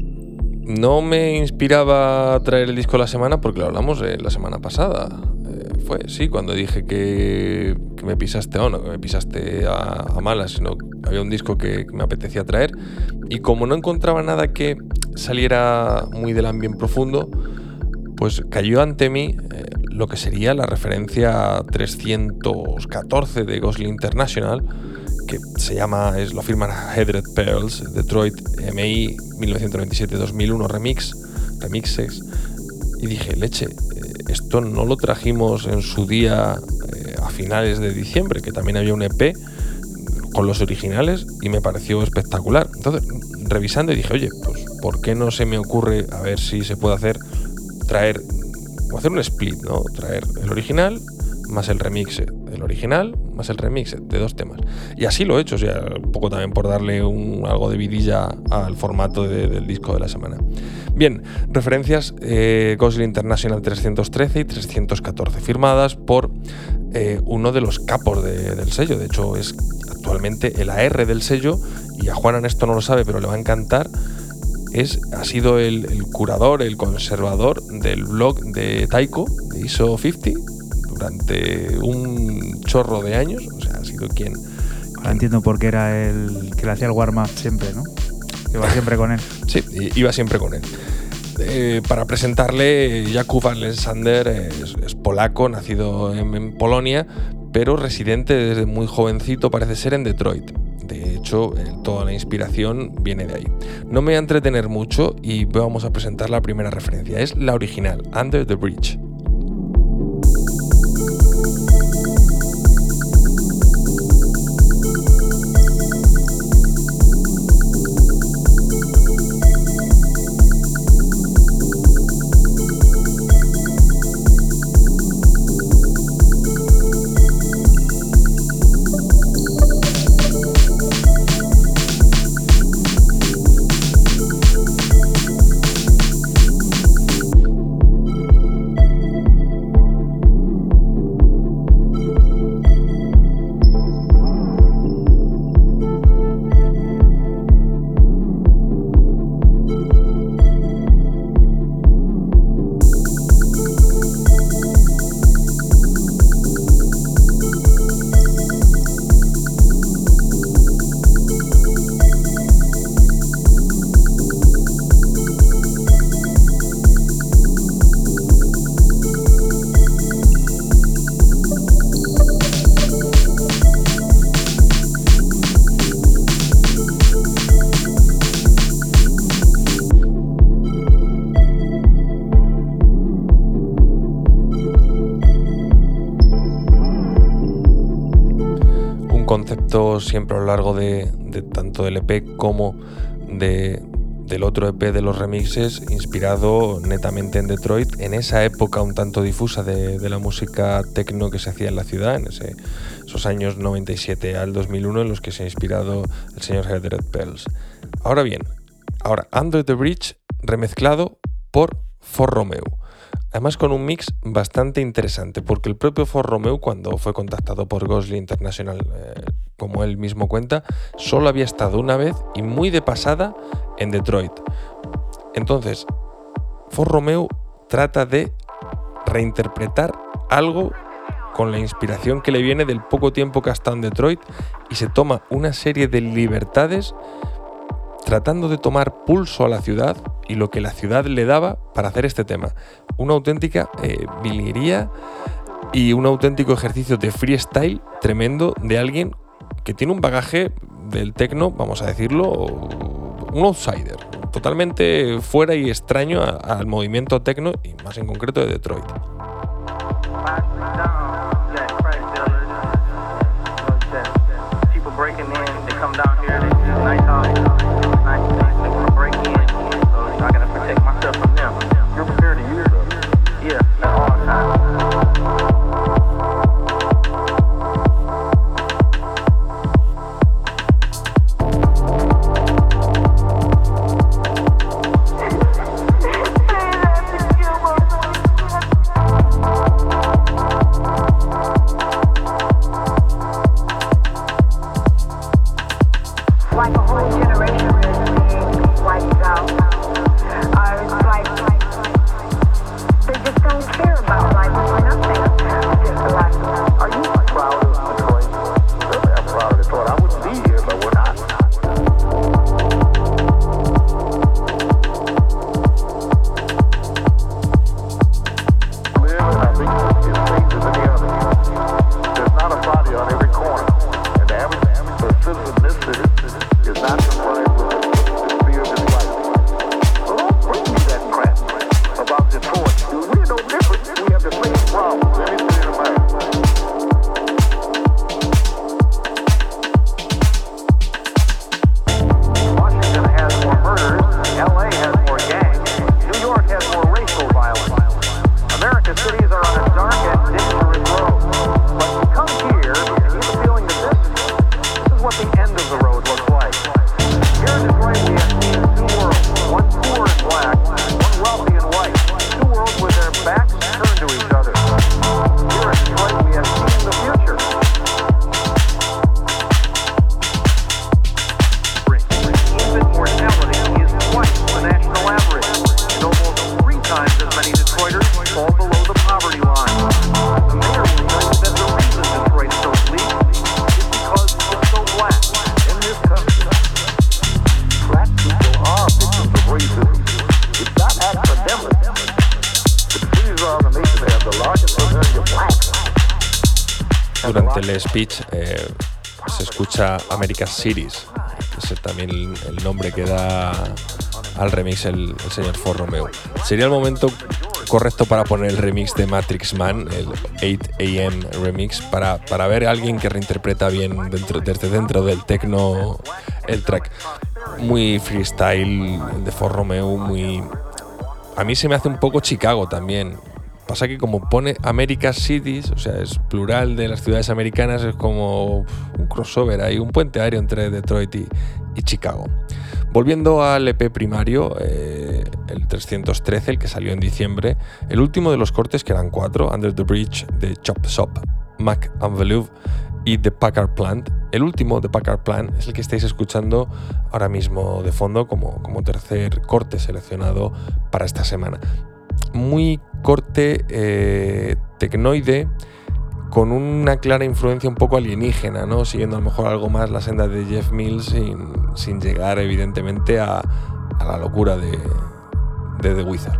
No me inspiraba a traer el disco de la semana porque lo hablamos eh, la semana pasada. Eh, fue, sí, cuando dije que, que me pisaste, o no, que me pisaste a, a malas, sino que había un disco que, que me apetecía traer. Y como no encontraba nada que saliera muy del ambiente profundo, pues cayó ante mí eh, lo que sería la referencia trescientos catorce de Ghostly International, que se llama, es, lo firman Headed Pearls, Detroit M I mil novecientos noventa y siete dos mil uno Remix, Remixes, y dije, leche, eh, esto no lo trajimos en su día eh, a finales de diciembre, que también había un E P con los originales y me pareció espectacular. Entonces, revisando, dije, oye, pues ¿por qué no se me ocurre, a ver si se puede hacer, traer, o hacer un split, ¿no? Traer el original más el remix del original, más el remix de dos temas. Y así lo he hecho, o sea, un poco también por darle un, algo de vidilla al formato de, del disco de la semana. Bien, referencias eh, Ghostly International trescientos trece y trescientos catorce, firmadas por eh, uno de los capos de, del sello. De hecho, es actualmente el A R del sello, y a Juanan esto no lo sabe, pero le va a encantar. Es, ha sido el, el curador, el conservador del blog de Taiko, de I S O cincuenta, durante un chorro de años. O sea, ha sido quien... Ahora quien entiendo por qué era el que le hacía el warm-up siempre, ¿no? Iba siempre con él. Sí, iba siempre con él. Eh, para presentarle, Jakub Alexander es, es polaco, nacido en, en Polonia, pero residente desde muy jovencito, parece ser, en Detroit. De hecho, eh, toda la inspiración viene de ahí. No me voy a entretener mucho y vamos a presentar la primera referencia. Es la original, Under the Bridge. visto siempre a lo largo de, de tanto del E P como de, del otro E P de los remixes, inspirado netamente en Detroit, en esa época un tanto difusa de, de la música techno que se hacía en la ciudad, en ese, esos años noventa y siete al dos mil uno en los que se ha inspirado el señor Headred Pells. Ahora bien, ahora Under the Bridge remezclado por For Romeu. Además con un mix bastante interesante, porque el propio For Romeu, cuando fue contactado por Ghostly International, eh, como él mismo cuenta, solo había estado una vez y muy de pasada en Detroit. Entonces, For Romeu trata de reinterpretar algo con la inspiración que le viene del poco tiempo que ha estado en Detroit y se toma una serie de libertades tratando de tomar pulso a la ciudad y lo que la ciudad le daba para hacer este tema. Una auténtica eh, virguería y un auténtico ejercicio de freestyle tremendo de alguien que tiene un bagaje del techno, vamos a decirlo, un outsider, totalmente fuera y extraño a, al movimiento techno y más en concreto de Detroit. Durante el speech eh, se escucha America's Cities, ese es también el, el nombre que da al remix el, el señor For Romeu. Sería el momento correcto para poner el remix de Matrix Man, el eight a m remix, para, para ver a alguien que reinterpreta bien dentro, desde dentro del techno el track. Muy freestyle de For Romeu, muy... A mí se me hace un poco Chicago también. Pasa que como pone America's Cities, o sea, es plural de las ciudades americanas, es como un crossover, hay un puente aéreo entre Detroit y, y Chicago. Volviendo al E P primario, eh, el trescientos trece, el que salió en diciembre, el último de los cortes, que eran cuatro, Under the Bridge, de Chop Shop, Mac Envelope y The Packard Plant. El último, The Packard Plant, es el que estáis escuchando ahora mismo de fondo como, como tercer corte seleccionado para esta semana. Muy corte eh, tecnoide, con una clara influencia un poco alienígena, ¿no? Siguiendo a lo mejor algo más la senda de Jeff Mills sin, sin llegar evidentemente a, a la locura de, de The Wizard.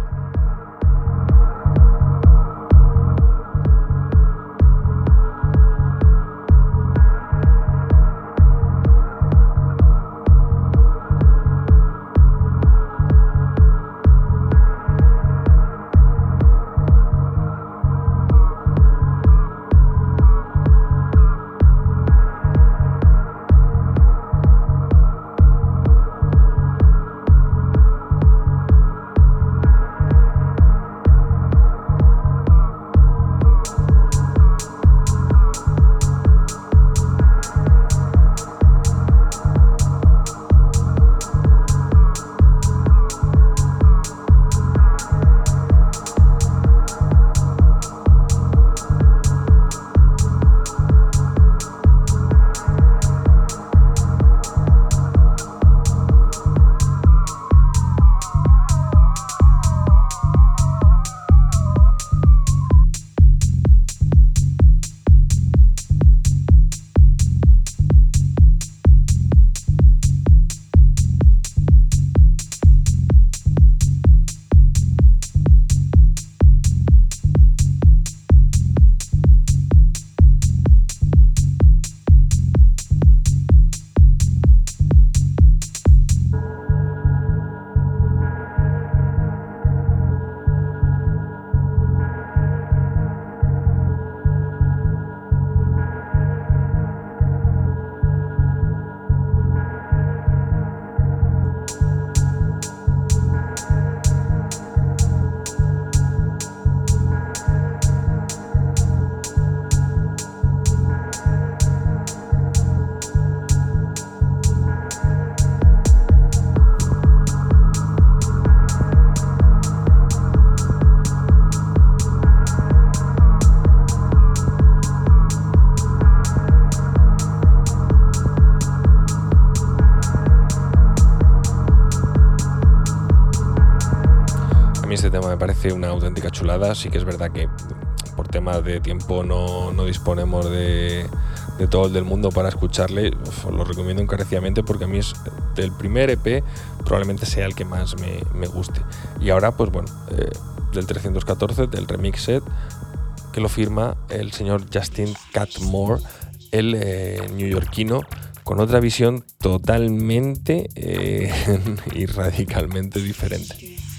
ese tema me parece una auténtica chulada. Sí que es verdad que por temas de tiempo no, no disponemos de, de todo el del mundo para escucharle. Uf, os lo recomiendo encarecidamente porque a mí es del primer E P probablemente sea el que más me, me guste. Y ahora pues bueno, eh, del trescientos catorce, del remix set, que lo firma el señor Justin Catmore, el eh, neoyorquino, con otra visión totalmente eh, y radicalmente diferente.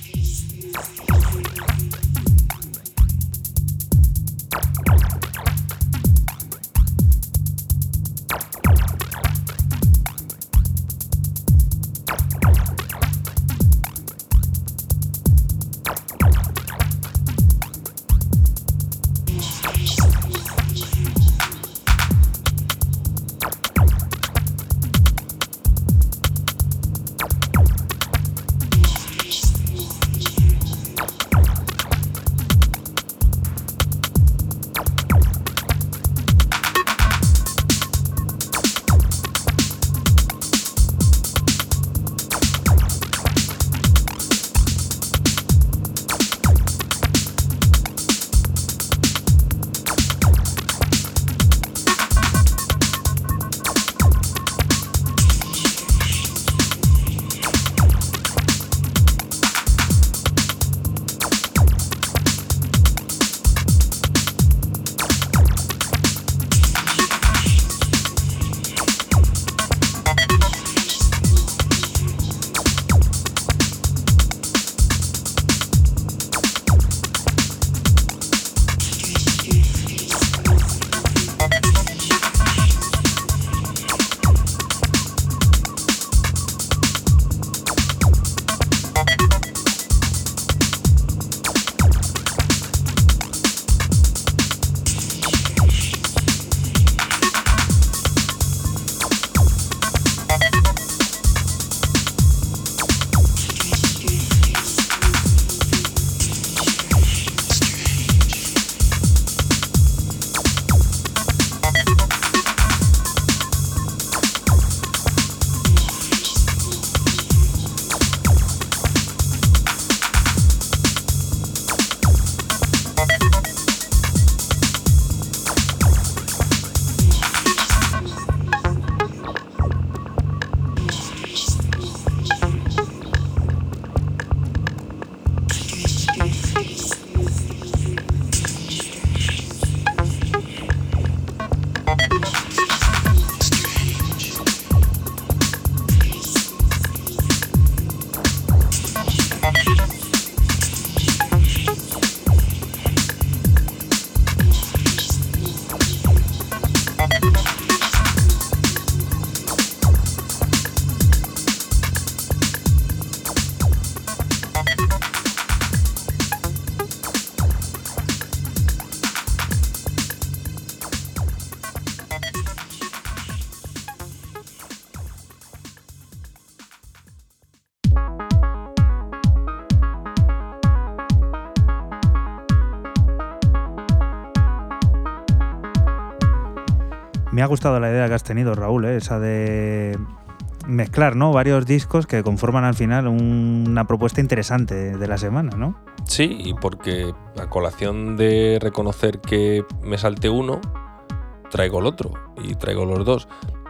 Me ha gustado la idea que has tenido, Raúl, ¿eh? Esa de mezclar, ¿no?, varios discos que conforman al final un, una propuesta interesante de la semana, ¿no? Sí, y porque a colación de reconocer que me salté uno, traigo el otro y traigo los dos.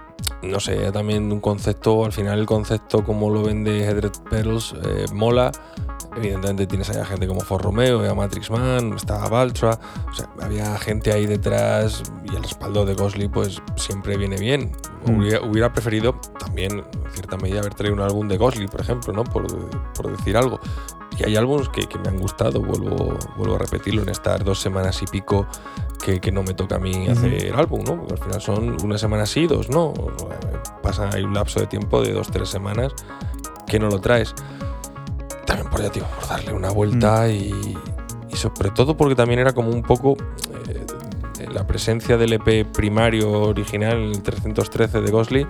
No sé, también un concepto, al final el concepto como lo vende Headed Pedals eh, mola. Evidentemente tienes ahí a gente como For Romeo, a Matrix Man, estaba Valtra, o sea, había gente ahí detrás y el respaldo de Ghostly pues siempre viene bien. Mm. Hubiera, hubiera preferido también, en cierta medida, haber traído un álbum de Ghostly, por ejemplo, ¿no? Por, por decir algo. Y hay álbumes que, que me han gustado, vuelvo, vuelvo a repetirlo, en estas dos semanas y pico que, que no me toca a mí hacer mm. álbum, ¿no? Porque al final son una semana sí, dos no. Pasa, hay un lapso de tiempo de dos, tres semanas que no lo traes. También por, ya, tío, por darle una vuelta mm. y, y sobre todo porque también era como un poco eh, la presencia del E P primario original, el trescientos trece de Ghostly,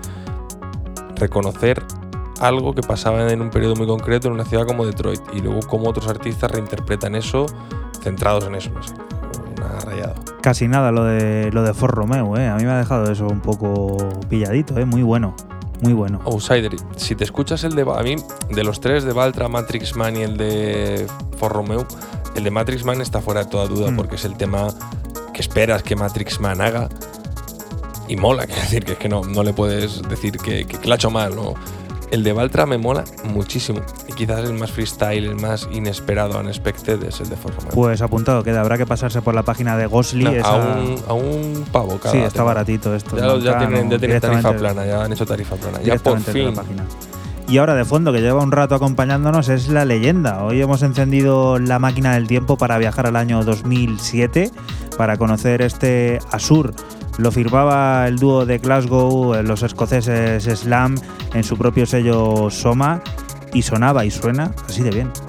reconocer algo que pasaba en un periodo muy concreto en una ciudad como Detroit y luego cómo otros artistas reinterpretan eso centrados en eso, no sé, una rayada. Casi nada lo de lo de For Romeo, ¿eh? A mí me ha dejado eso un poco pilladito, ¿eh? Muy bueno. muy bueno. Outsider. Si te escuchas el de... A mí, de los tres, de Valtra, Matrix Man y el de For Romeo, el de Matrix Man está fuera de toda duda mm. porque es el tema que esperas que Matrix Man haga y mola. Quiero decir, que es que no, no le puedes decir que, que, que lo ha hecho mal, ¿no? El de Valtra me mola muchísimo y quizás el más freestyle, el más inesperado, unexpected, es el de For Romeo. Pues apuntado queda, habrá que pasarse por la página de Ghostly. No, esa... a, un, a un pavo cada Sí, está tema. baratito esto. Ya, ¿no? ya Claro, tienen, ya tienen tarifa directamente- plana, ya han hecho tarifa plana. Ya por fin. Y ahora de fondo, que lleva un rato acompañándonos, es La Leyenda. Hoy hemos encendido la máquina del tiempo para viajar al año dos mil siete para conocer este Asur. Lo firmaba el dúo de Glasgow, los escoceses Slam, en su propio sello Soma, y sonaba y suena así de bien.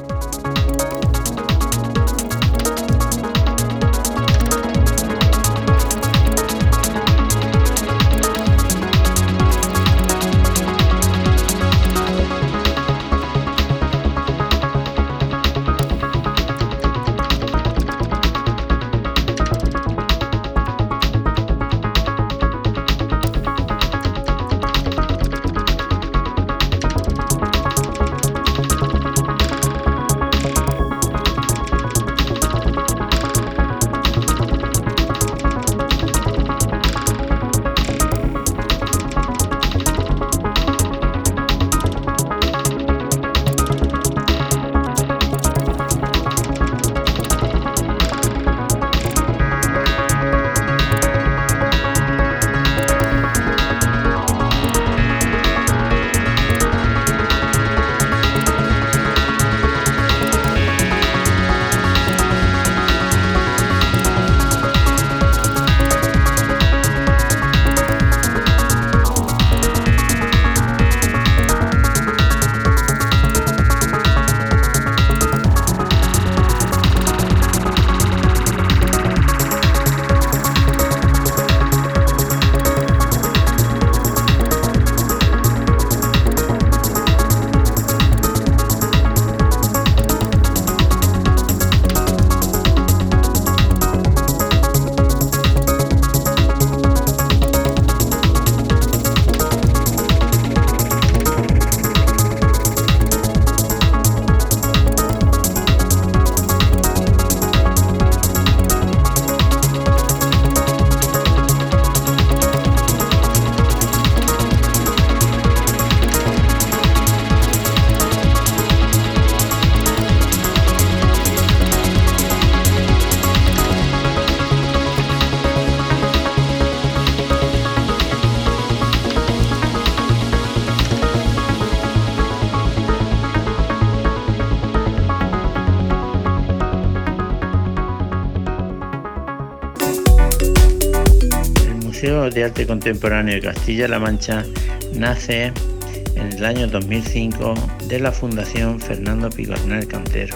Museo de Arte Contemporáneo de Castilla-La Mancha nace en el año dos mil cinco de la Fundación Fernando Picornell Cantero.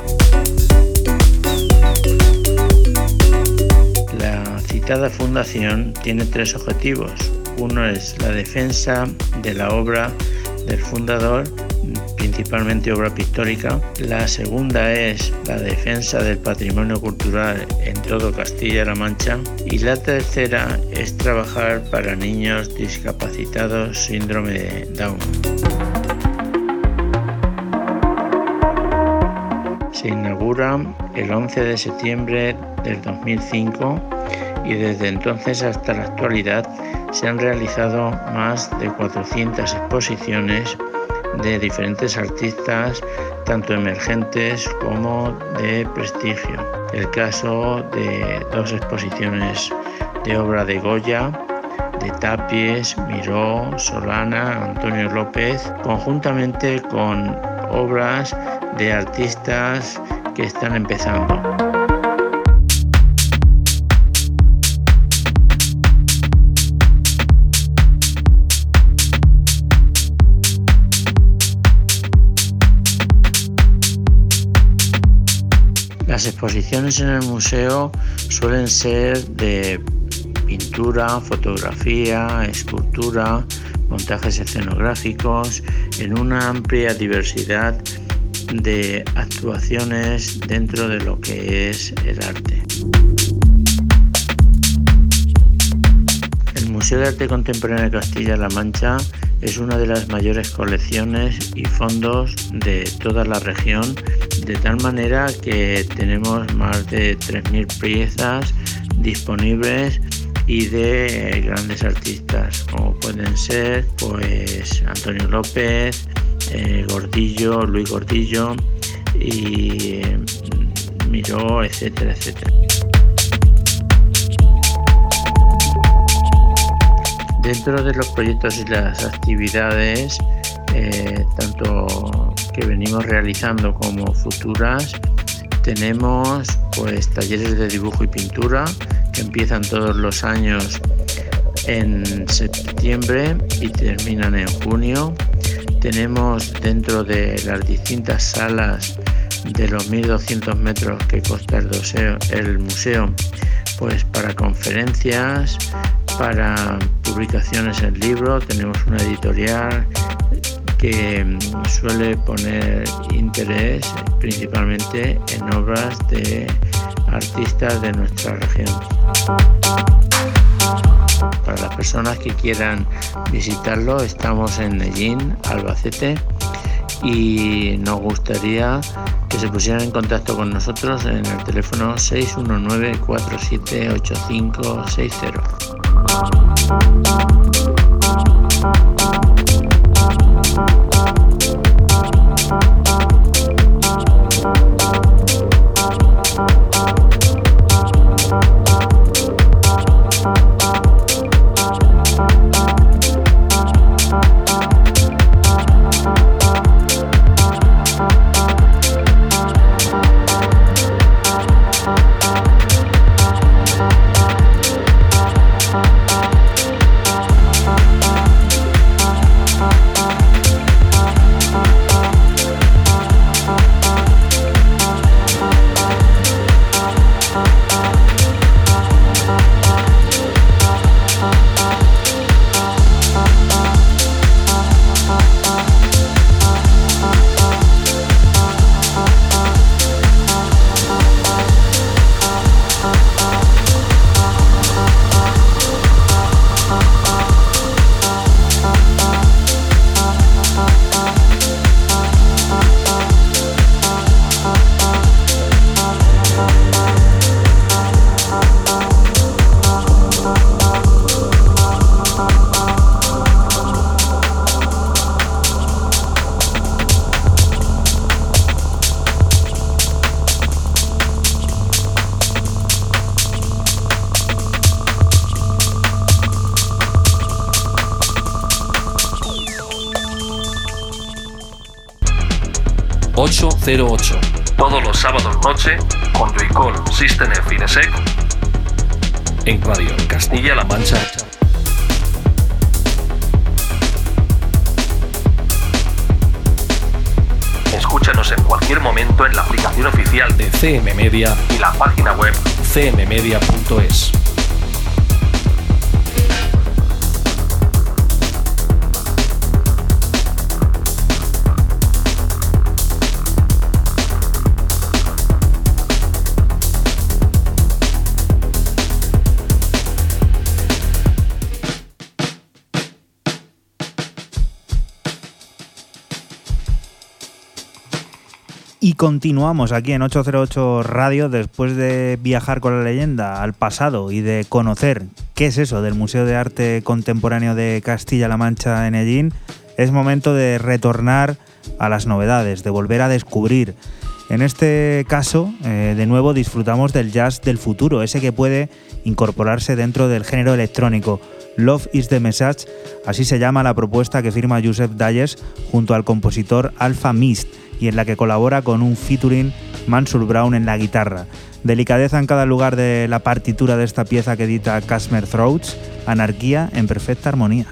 La citada fundación tiene tres objetivos. Uno es la defensa de la obra del fundador, principalmente obra pictórica. La segunda es la defensa del patrimonio cultural en todo Castilla-La Mancha. Y la tercera es trabajar para niños discapacitados síndrome de Down. Se inaugura el once de septiembre del dos mil cinco y desde entonces hasta la actualidad se han realizado más de cuatrocientas exposiciones de diferentes artistas, tanto emergentes como de prestigio. El caso de dos exposiciones de obra de Goya, de Tapies, Miró, Solana, Antonio López, conjuntamente con obras de artistas que están empezando. Las exposiciones en el museo suelen ser de pintura, fotografía, escultura, montajes escenográficos, en una amplia diversidad de actuaciones dentro de lo que es el arte. El Museo de Arte Contemporáneo de Castilla-La Mancha es una de las mayores colecciones y fondos de toda la región, de tal manera que tenemos más de tres mil piezas disponibles y de grandes artistas como pueden ser pues Antonio López, eh, Gordillo, Luis Gordillo y eh, Miró, etcétera, etcétera. Dentro de los proyectos y las actividades, eh, tanto que venimos realizando como futuras, tenemos pues talleres de dibujo y pintura que empiezan todos los años en septiembre y terminan en junio. Tenemos dentro de las distintas salas de los mil doscientos metros que consta el, doseo, el museo, pues para conferencias, para publicaciones en libros. Tenemos una editorial que suele poner interés principalmente en obras de artistas de nuestra región. Para las personas que quieran visitarlo, estamos en Nellín, Albacete, y nos gustaría que se pusieran en contacto con nosotros en el teléfono seis uno nueve, cuatro siete ocho cinco seis cero. ocho cero ocho, todos los sábados noche con Joycall, System F y Desec en Radio Castilla-La Mancha. Escúchanos en cualquier momento en la aplicación oficial de C M Media y la página web c m media punto es. Y continuamos aquí en ocho cero ocho Radio después de viajar con la leyenda al pasado y de conocer qué es eso del Museo de Arte Contemporáneo de Castilla-La Mancha en Nellín. Es momento de retornar a las novedades, de volver a descubrir. En este caso, eh, de nuevo disfrutamos del jazz del futuro, ese que puede incorporarse dentro del género electrónico. Love is the Message, así se llama la propuesta que firma Joseph Dalles junto al compositor Alpha Mist, y en la que colabora con un featuring Mansur Brown en la guitarra. Delicadeza en cada lugar de la partitura de esta pieza que edita Kashmir Throats, anarquía en perfecta armonía.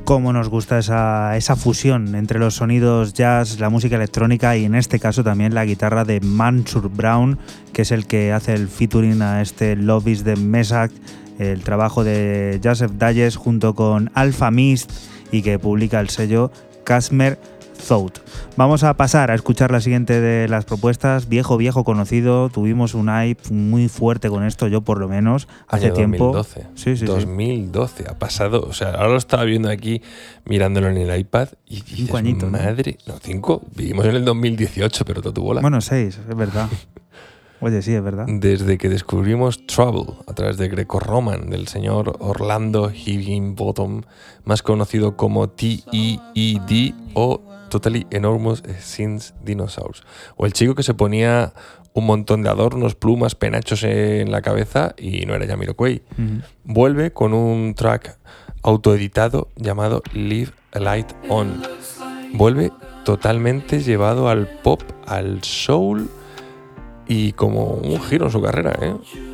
Cómo nos gusta esa, esa fusión entre los sonidos jazz, la música electrónica y en este caso también la guitarra de Mansur Brown, que es el que hace el featuring a este Love is the Message, el trabajo de Joseph Dalles junto con Alpha Mist y que publica el sello Kashmir Thought. Vamos a pasar a escuchar la siguiente de las propuestas. Viejo, viejo conocido. Tuvimos un hype muy fuerte con esto, yo por lo menos, hace Año tiempo. dos mil doce. Sí, sí, dos mil doce. Sí. Ha pasado, o sea, ahora lo estaba viendo aquí, mirándolo en el iPad y dices, cinco añitos, madre, no, no cinco, vivimos en el dos mil dieciocho, pero todo tu bola. Bueno, seis, es verdad. Oye, sí, es verdad. Desde que descubrimos Trouble a través de Greco-Roman del señor Orlando Higginbottom, más conocido como T E E D o Totally Enormous Since Dinosaurs, o el chico que se ponía un montón de adornos, plumas, penachos en la cabeza y no era Jamiroquai. Uh-huh. Vuelve con un track autoeditado llamado Leave a Light On. Vuelve totalmente llevado al pop, al soul y como un giro en su carrera, ¿eh?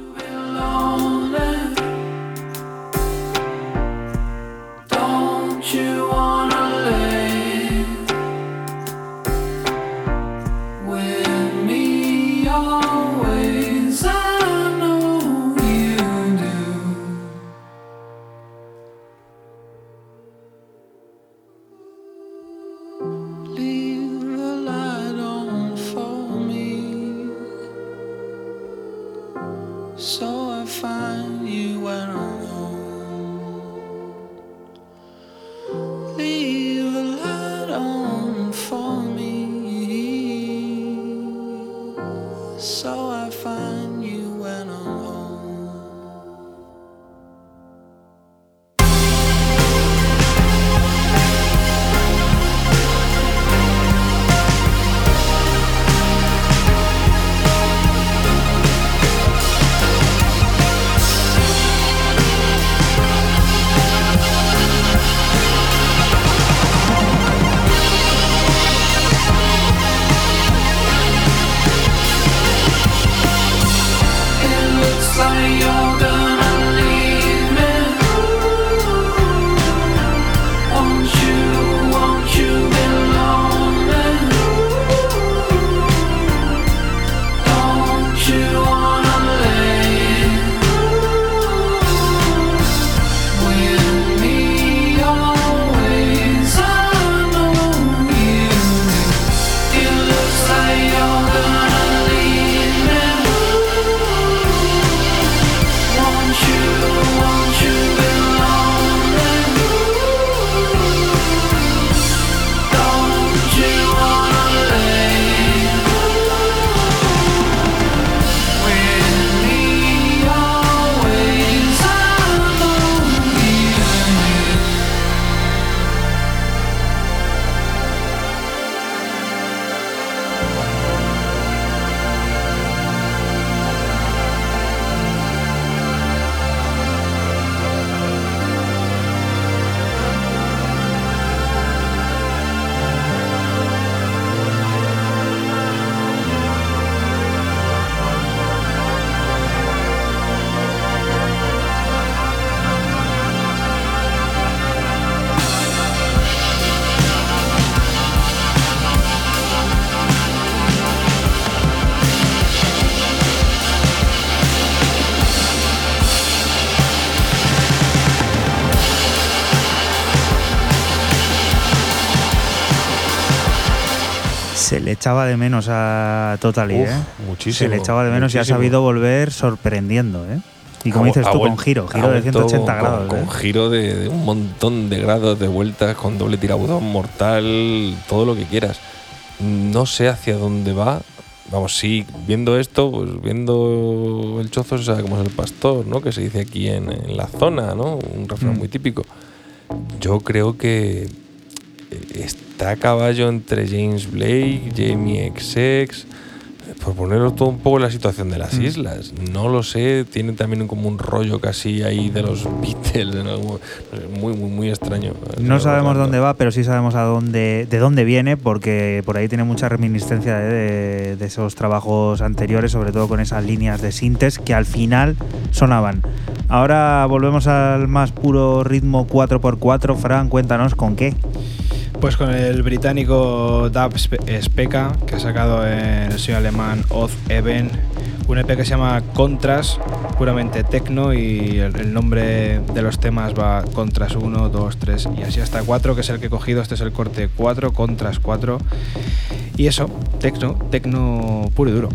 Se le echaba de menos a Totally, Uf, ¿eh? Muchísimo. Se le echaba de menos muchísimo. y ha sabido volver sorprendiendo, ¿eh? Y como Ha, dices ha tú, vuel- con giro, giro ha de ciento ochenta vuelto grados. Con, ¿eh? con giro de, de un montón de grados de vueltas, con doble tirabuzón mortal, todo lo que quieras. No sé hacia dónde va. Vamos, sí, viendo esto, pues viendo el chozo se sabe cómo es el pastor, ¿no? Que se dice aquí en, en la zona, ¿no? Un refrán Mm. muy típico. Yo creo que está a caballo entre James Blake, Jamie X X. por ponerlo todo un poco en la situación de las Mm. islas. No lo sé, tiene también como un rollo casi ahí de los Beatles, ¿no? muy, muy, muy extraño. No sabemos dónde va, pero sí sabemos a dónde, de dónde viene, porque por ahí tiene mucha reminiscencia de, de, de esos trabajos anteriores, sobre todo con esas líneas de sintes que al final sonaban. Ahora volvemos al más puro ritmo cuatro por cuatro. Fran, cuéntanos con qué. Pues con el británico Dub Speka, que ha sacado en el sello alemán Oz Even, un E P que se llama Contras, puramente techno, y el, el nombre de los temas va Contras uno, dos, tres y así hasta cuatro, que es el que he cogido. Este es el corte cuatro, Contras cuatro, y eso, techno, techno puro y duro.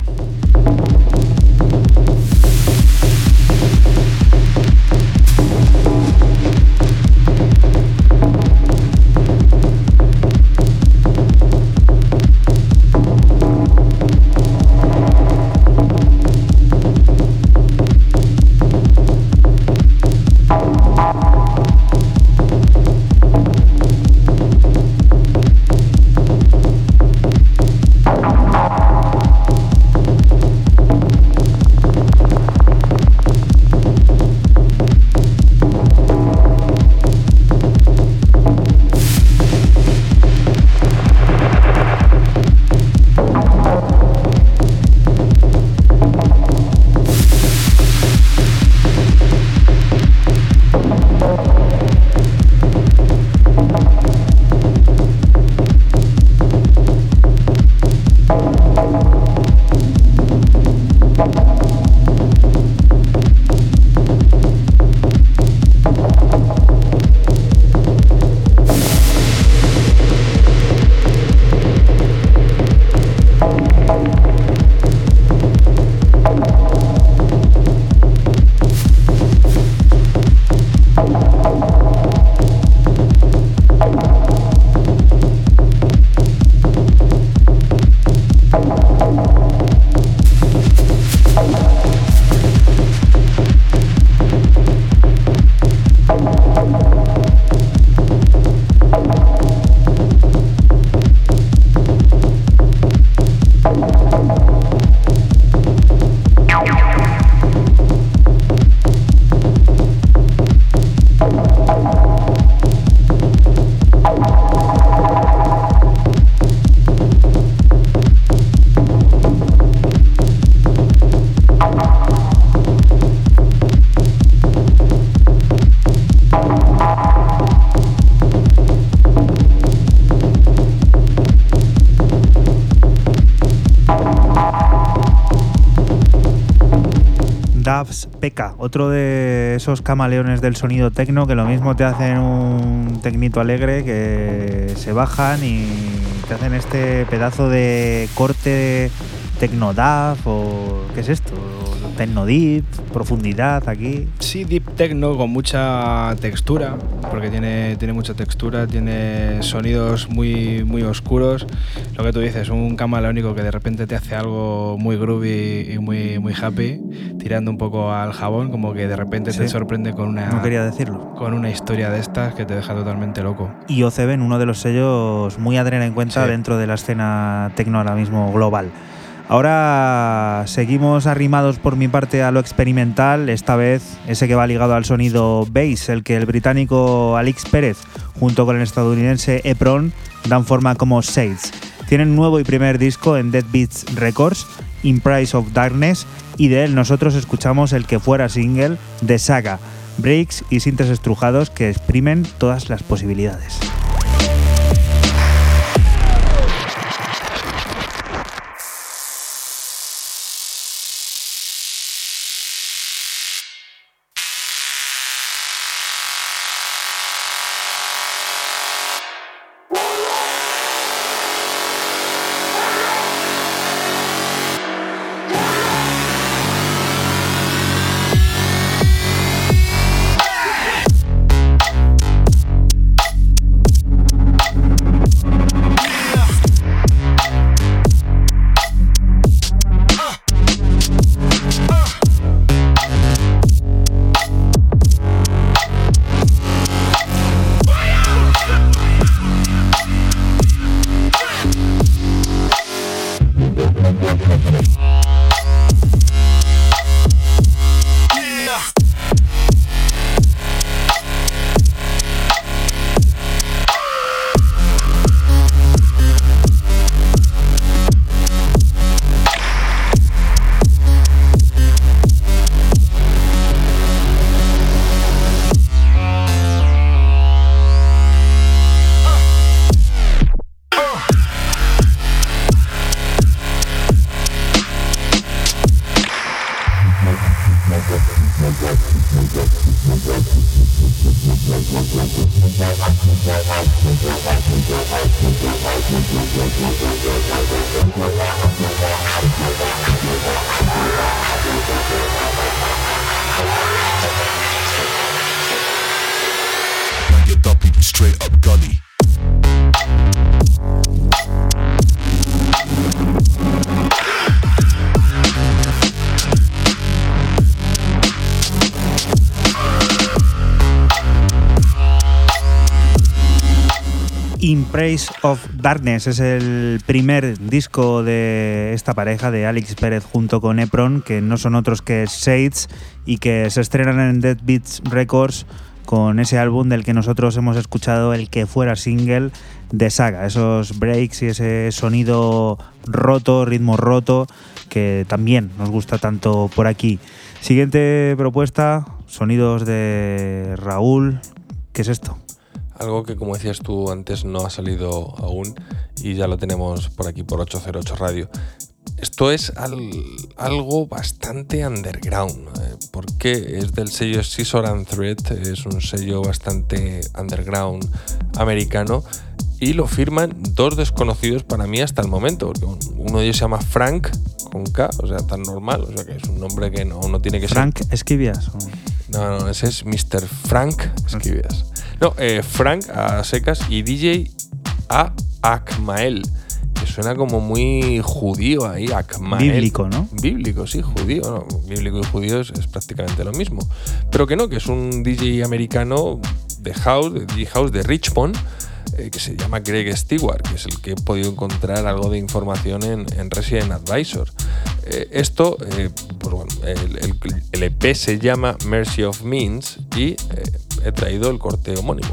Speka, otro de esos camaleones del sonido tecno que lo mismo te hacen un tecnito alegre, que se bajan y te hacen este pedazo de corte tecno dub, o ¿qué es esto? Tecno deep, profundidad aquí. Sí, deep techno con mucha textura, porque tiene, tiene mucha textura, tiene sonidos muy, muy oscuros. Lo que tú dices, un camaleónico que de repente te hace algo muy groovy y muy, muy happy, tirando un poco al jabón, como que de repente Sí. te sorprende con una, No quería decirlo. con una historia de estas que te deja totalmente loco. Y Oz Even, uno de los sellos muy a tener en cuenta Sí. dentro de la escena tecno ahora mismo global. Ahora seguimos arrimados por mi parte a lo experimental, esta vez ese que va ligado al sonido bass, el que el británico Alix Pérez junto con el estadounidense Epron dan forma como Shades. Tienen nuevo y primer disco en Dead Beats Records, In Price of Darkness, y de él nosotros escuchamos el que fuera single de Saga, breaks y sintes estrujados que exprimen todas las posibilidades. Straight up gully. In Praise of Darkness es el primer disco de esta pareja de Alex Pérez junto con Epron, que no son otros que Shades y que se estrenan en Dead Beats Records con ese álbum del que nosotros hemos escuchado el que fuera single de Saga, esos breaks y ese sonido roto, ritmo roto, que también nos gusta tanto por aquí. Siguiente propuesta, sonidos de Raúl. ¿Qué es esto? Algo que, como decías tú antes, no ha salido aún y ya lo tenemos por aquí por ocho cero ocho Radio. Esto es al, algo bastante underground, eh, porque es del sello Scissor and Thread, es un sello bastante underground americano y lo firman dos desconocidos para mí hasta el momento, porque uno de ellos se llama Frank, con K, o sea, tan normal, o sea, que es un nombre que no, no tiene que ¿Frank ser... ¿Frank Esquivias? ¿O? No, no, ese es mister Frank Esquivias. No, eh, Frank a secas y D J A. Akmael, que suena como muy judío ahí, Akmael. Bíblico, ¿no? Bíblico, sí, judío. No, bíblico y judío es, es prácticamente lo mismo. Pero que no, que es un D J americano de house, de D J House de Richmond, eh, que se llama Greg Stewart, que es el que he podido encontrar algo de información en, en Resident Advisor. Eh, esto, eh, pues bueno, el, el, el E P se llama Mercy of Means y eh, he traído el corte homónimo.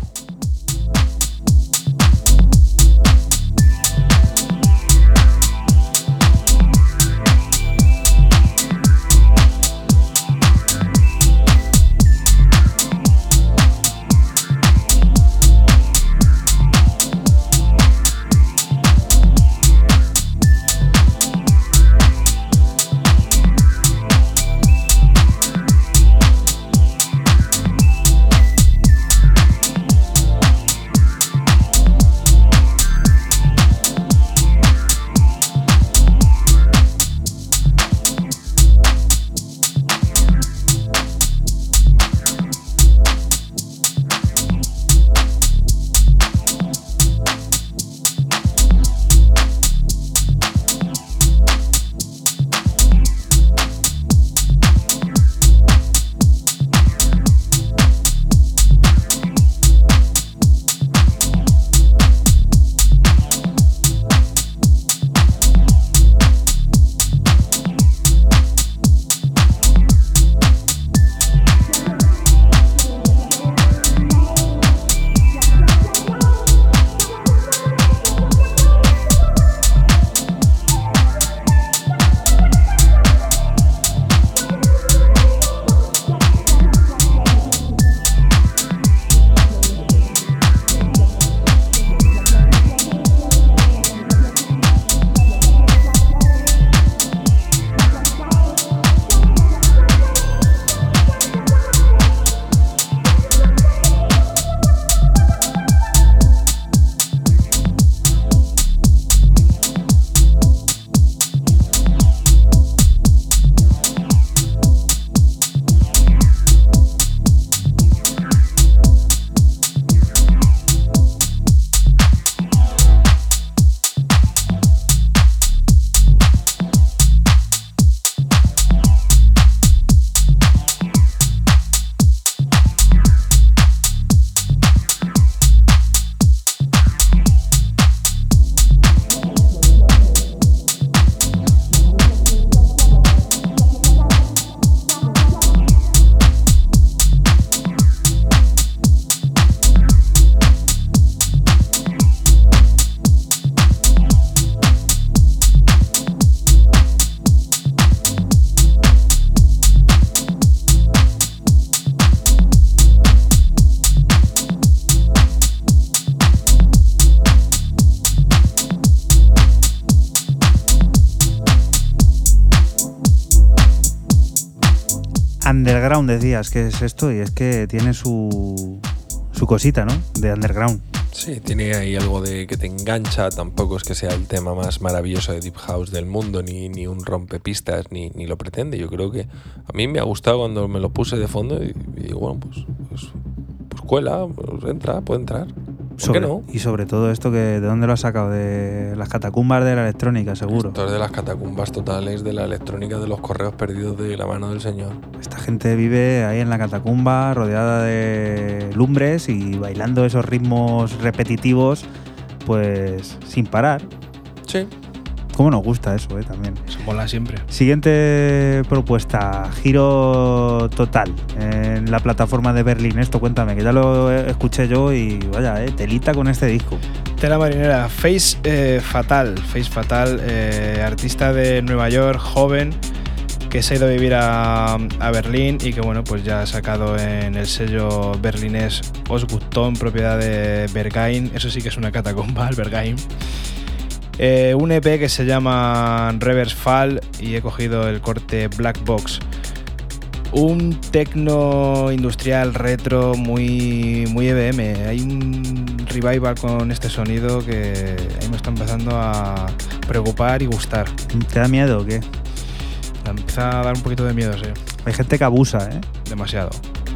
Underground decías que es esto, y es que tiene su, su cosita, ¿no? De underground. Sí, tiene ahí algo de que te engancha, tampoco es que sea el tema más maravilloso de Deep House del mundo, ni, ni un rompepistas, ni, ni lo pretende. Yo creo que a mí me ha gustado cuando me lo puse de fondo y, y digo, bueno, pues, pues, pues cuela, pues entra, puede entrar. ¿Por sobre, qué no? Y sobre todo esto, que ¿de dónde lo has sacado? De las catacumbas de la electrónica, seguro. Esto es de las catacumbas totales de la electrónica, de los correos perdidos de la mano del Señor. Esta gente vive ahí en la catacumba, rodeada de lumbres y bailando esos ritmos repetitivos, pues sin parar. Sí. ¿Cómo nos gusta eso, eh? También. Eso mola siempre. Siguiente propuesta, giro total en la plataforma de Berlín. Esto cuéntame, que ya lo escuché yo y vaya, eh, telita con este disco. Tela marinera, Face eh, Fatal, Face Fatal, eh, artista de Nueva York, joven, que se ha ido a vivir a, a Berlín y que bueno, pues ya ha sacado en el sello berlinés Osgutton, propiedad de Berghain. Eso sí que es una catacomba, el Berghain. Eh, un E P que se llama Reverse Fall y he cogido el corte Black Box. Un tecno industrial retro muy, muy E B M. Hay un revival con este sonido que ahí me está empezando a preocupar y gustar. ¿Te da miedo o qué? Me empieza a dar un poquito de miedo, sí. Hay gente que abusa, ¿eh? Demasiado.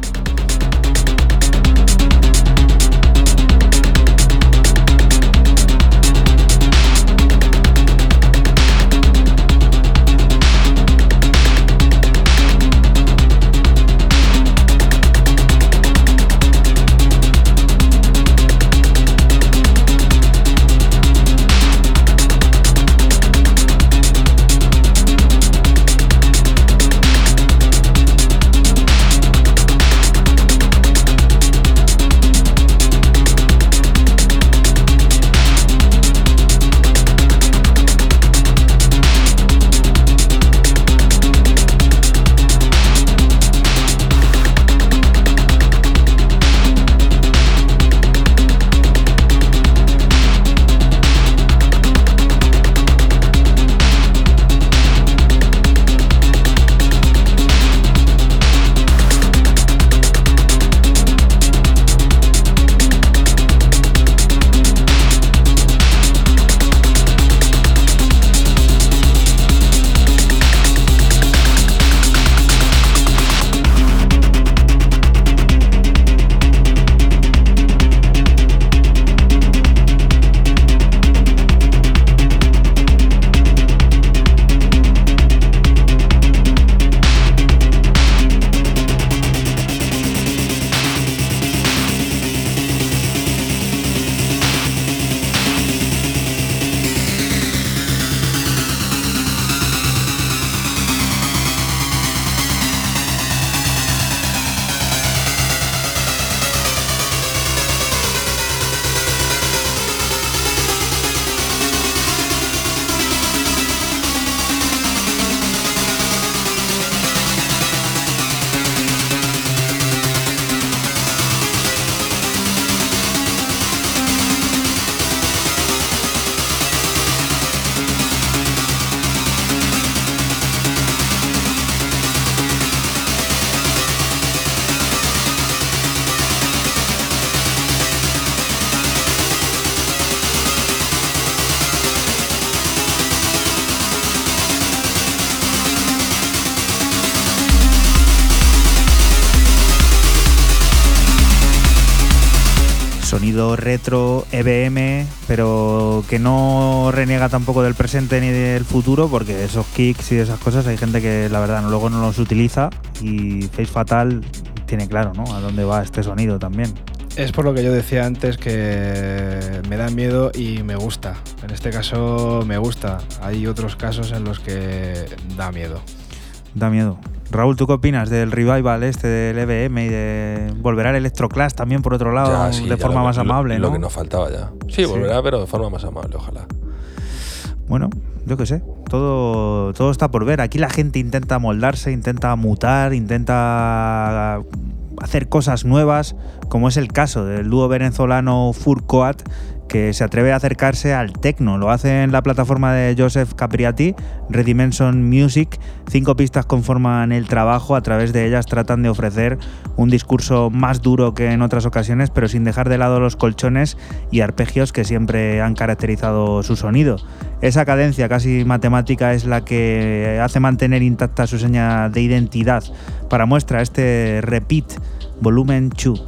Sonido retro, E B M, pero que no reniega tampoco del presente ni del futuro, porque esos kicks y esas cosas hay gente que la verdad luego no los utiliza, y Face Fatal tiene claro, ¿no?, a dónde va este sonido también. Es por lo que yo decía antes, que me da miedo y me gusta. En este caso me gusta. Hay otros casos en los que da miedo. Da miedo. Raúl, ¿tú qué opinas del revival este del E B M y de volverá el Electroclash también por otro lado, ya, sí, de forma lo, más amable, lo, ¿no? Lo que nos faltaba ya. Sí, volverá, sí, pero de forma más amable, ojalá. Bueno, yo qué sé, todo, todo está por ver. Aquí la gente intenta moldarse, intenta mutar, intenta hacer cosas nuevas, como es el caso del dúo venezolano Furcoat, que se atreve a acercarse al techno. Lo hace en la plataforma de Joseph Capriati, Redimension Music. Cinco pistas conforman el trabajo, a través de ellas tratan de ofrecer un discurso más duro que en otras ocasiones, pero sin dejar de lado los colchones y arpegios que siempre han caracterizado su sonido. Esa cadencia casi matemática es la que hace mantener intacta su seña de identidad. Para muestra este Repeat Volumen dos.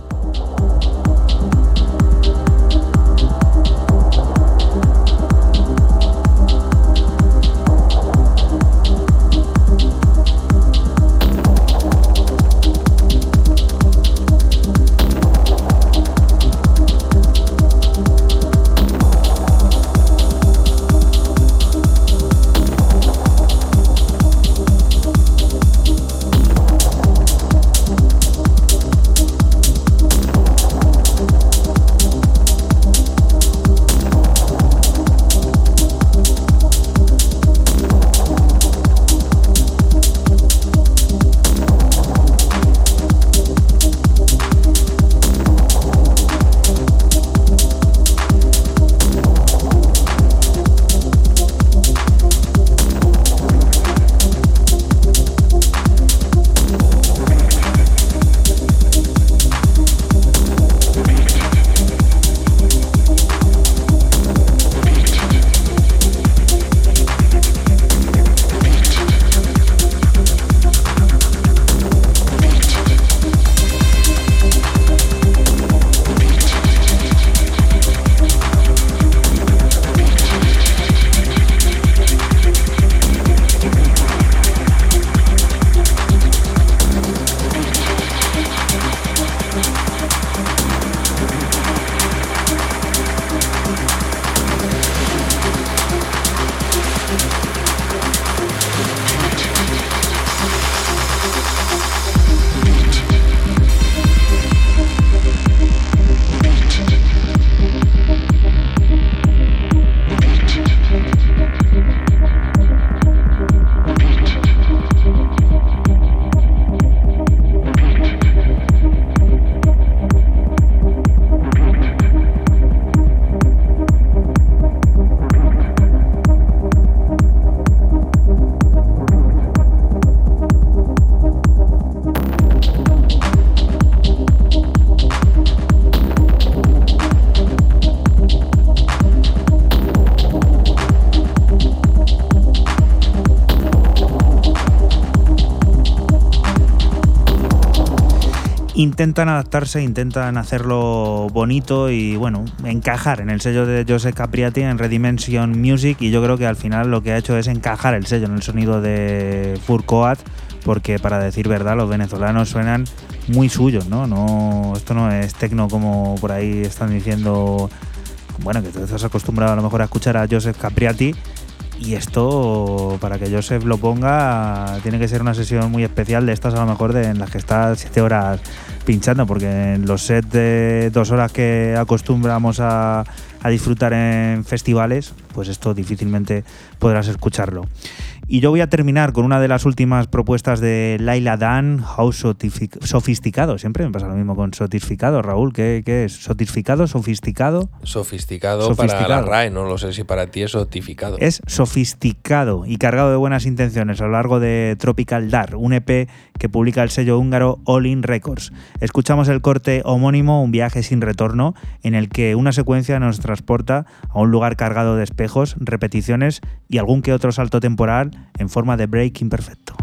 Intentan adaptarse, intentan hacerlo bonito y bueno, encajar en el sello de Joseph Capriati, en Redimension Music, y yo creo que al final lo que ha hecho es encajar el sello en el sonido de Furcoat, porque para decir verdad los venezolanos suenan muy suyos, ¿no? No, esto no es techno como por ahí están diciendo, bueno, que tú estás acostumbrado a lo mejor a escuchar a Joseph Capriati, y esto, para que Joseph lo ponga, tiene que ser una sesión muy especial de estas, a lo mejor de, en las que está siete horas pinchando, porque en los sets de dos horas que acostumbramos a, a disfrutar en festivales, pues esto difícilmente podrás escucharlo. Y yo voy a terminar con una de las últimas propuestas de Laila Dan, House Sofisticado. Siempre me pasa lo mismo con sotificado, Raúl. ¿Qué, qué es? ¿Sotificado? ¿Sofisticado? Sofisticado, Sofisticado para la R A E, no lo sé si para ti es sotificado. Es sofisticado y cargado de buenas intenciones a lo largo de Tropical Dark, un E P que publica el sello húngaro All In Records. Escuchamos el corte homónimo, Un viaje sin retorno, en el que una secuencia nos transporta a un lugar cargado de espejos, repeticiones y algún que otro salto temporal en forma de break imperfecto.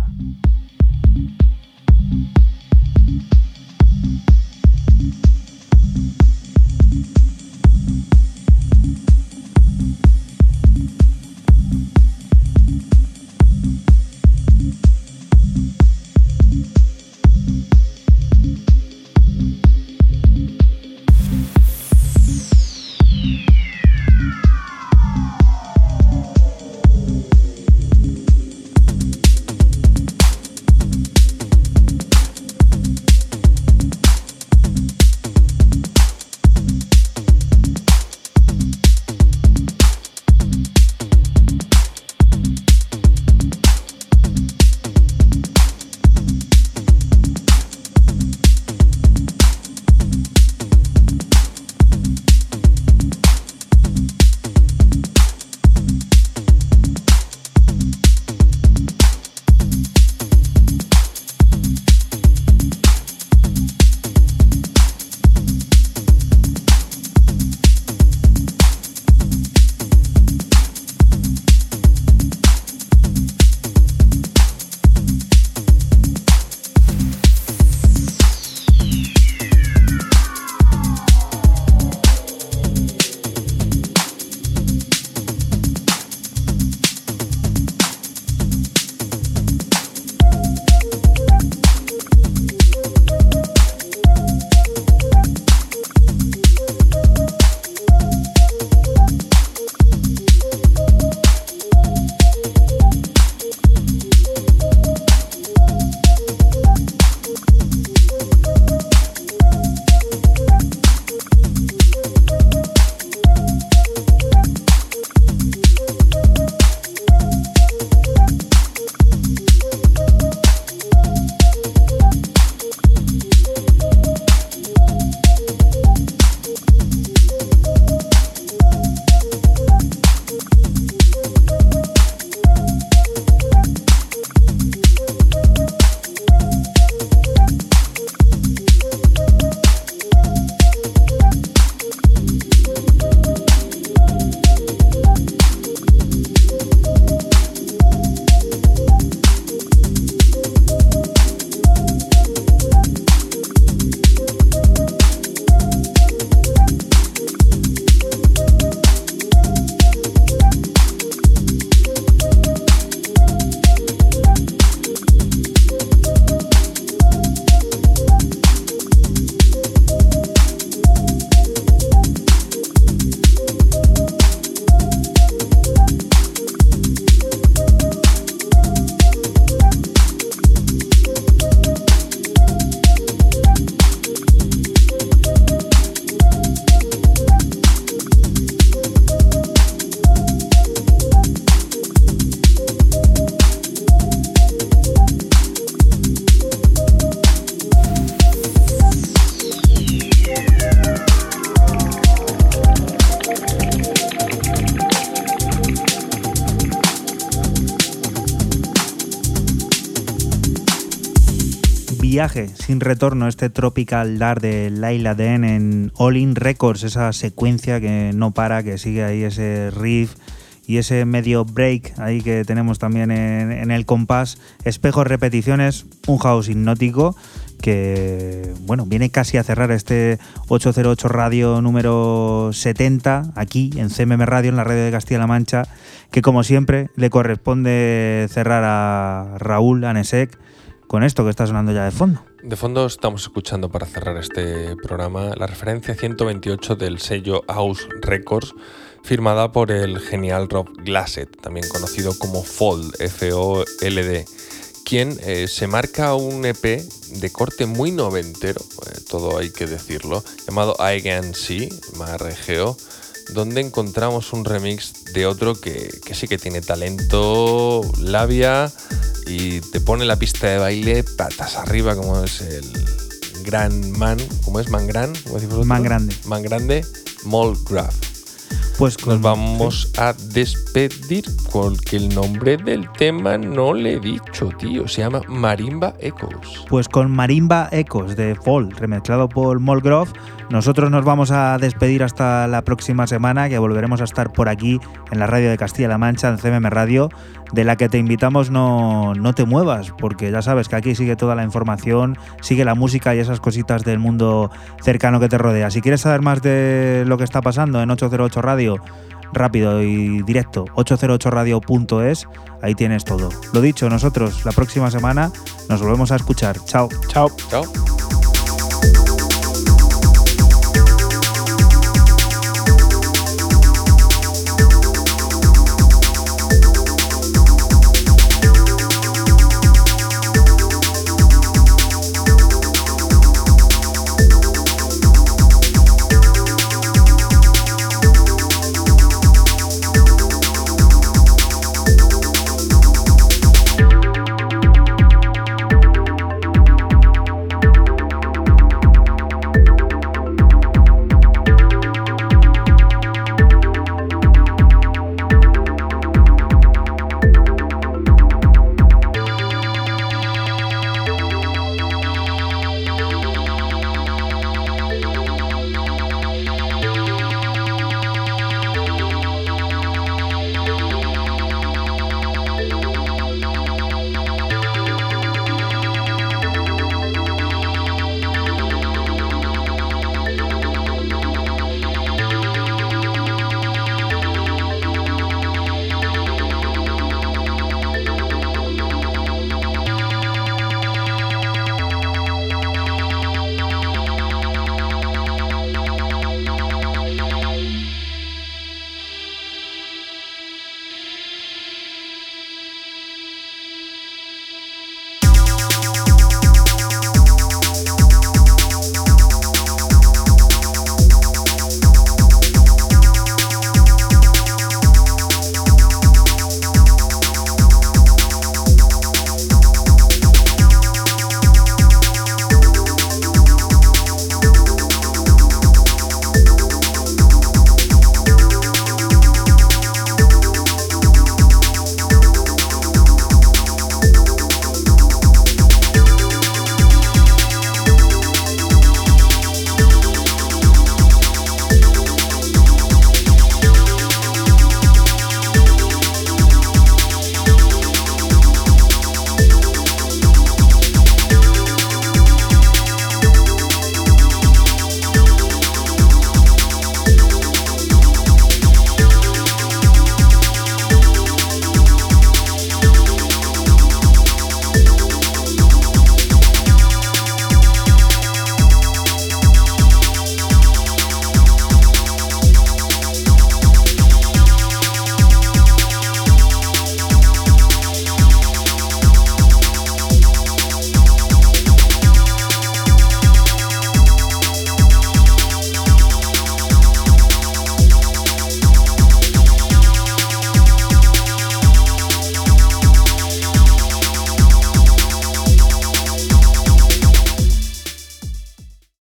viaje sin retorno, este Tropical Dark de Laila Den en All In Records, esa secuencia que no para, que sigue ahí ese riff y ese medio break ahí que tenemos también en, en el compás, espejos, repeticiones, un house hipnótico que, bueno, viene casi a cerrar este ocho cero ocho Radio número setenta, aquí en C M M Radio, en la radio de Castilla-La Mancha, que como siempre le corresponde cerrar a Raúl Anesek con esto que está sonando ya de fondo. De fondo estamos escuchando, para cerrar este programa, la referencia ciento veintiocho del sello House Records, firmada por el genial Rob Glassett, también conocido como Fold, F O L D, quien eh, se marca un E P de corte muy noventero, eh, todo hay que decirlo, llamado I Can See, M A R G O, donde encontramos un remix de otro que, que sí que tiene talento, labia, y te pone la pista de baile patas arriba, como es el gran man, ¿cómo es? Man Gran, ¿cómo decís vosotros? Man Grande. Man Grande, Molgraf. Pues con, nos vamos sí. a despedir porque el nombre del tema no le he dicho, tío. Se llama Marimba Echoes. Pues con Marimba Echoes de Fall, remezclado por Molgrove, nosotros nos vamos a despedir hasta la próxima semana, que volveremos a estar por aquí en la radio de Castilla-La Mancha, en C M M Radio, de la que te invitamos no, no te muevas, porque ya sabes que aquí sigue toda la información, sigue la música y esas cositas del mundo cercano que te rodea. Si quieres saber más de lo que está pasando en ocho cero ocho Radio, rápido y directo, ocho cero ocho radio punto es, ahí tienes todo. Lo dicho, nosotros la próxima semana nos volvemos a escuchar. Chao. Chao. Chao.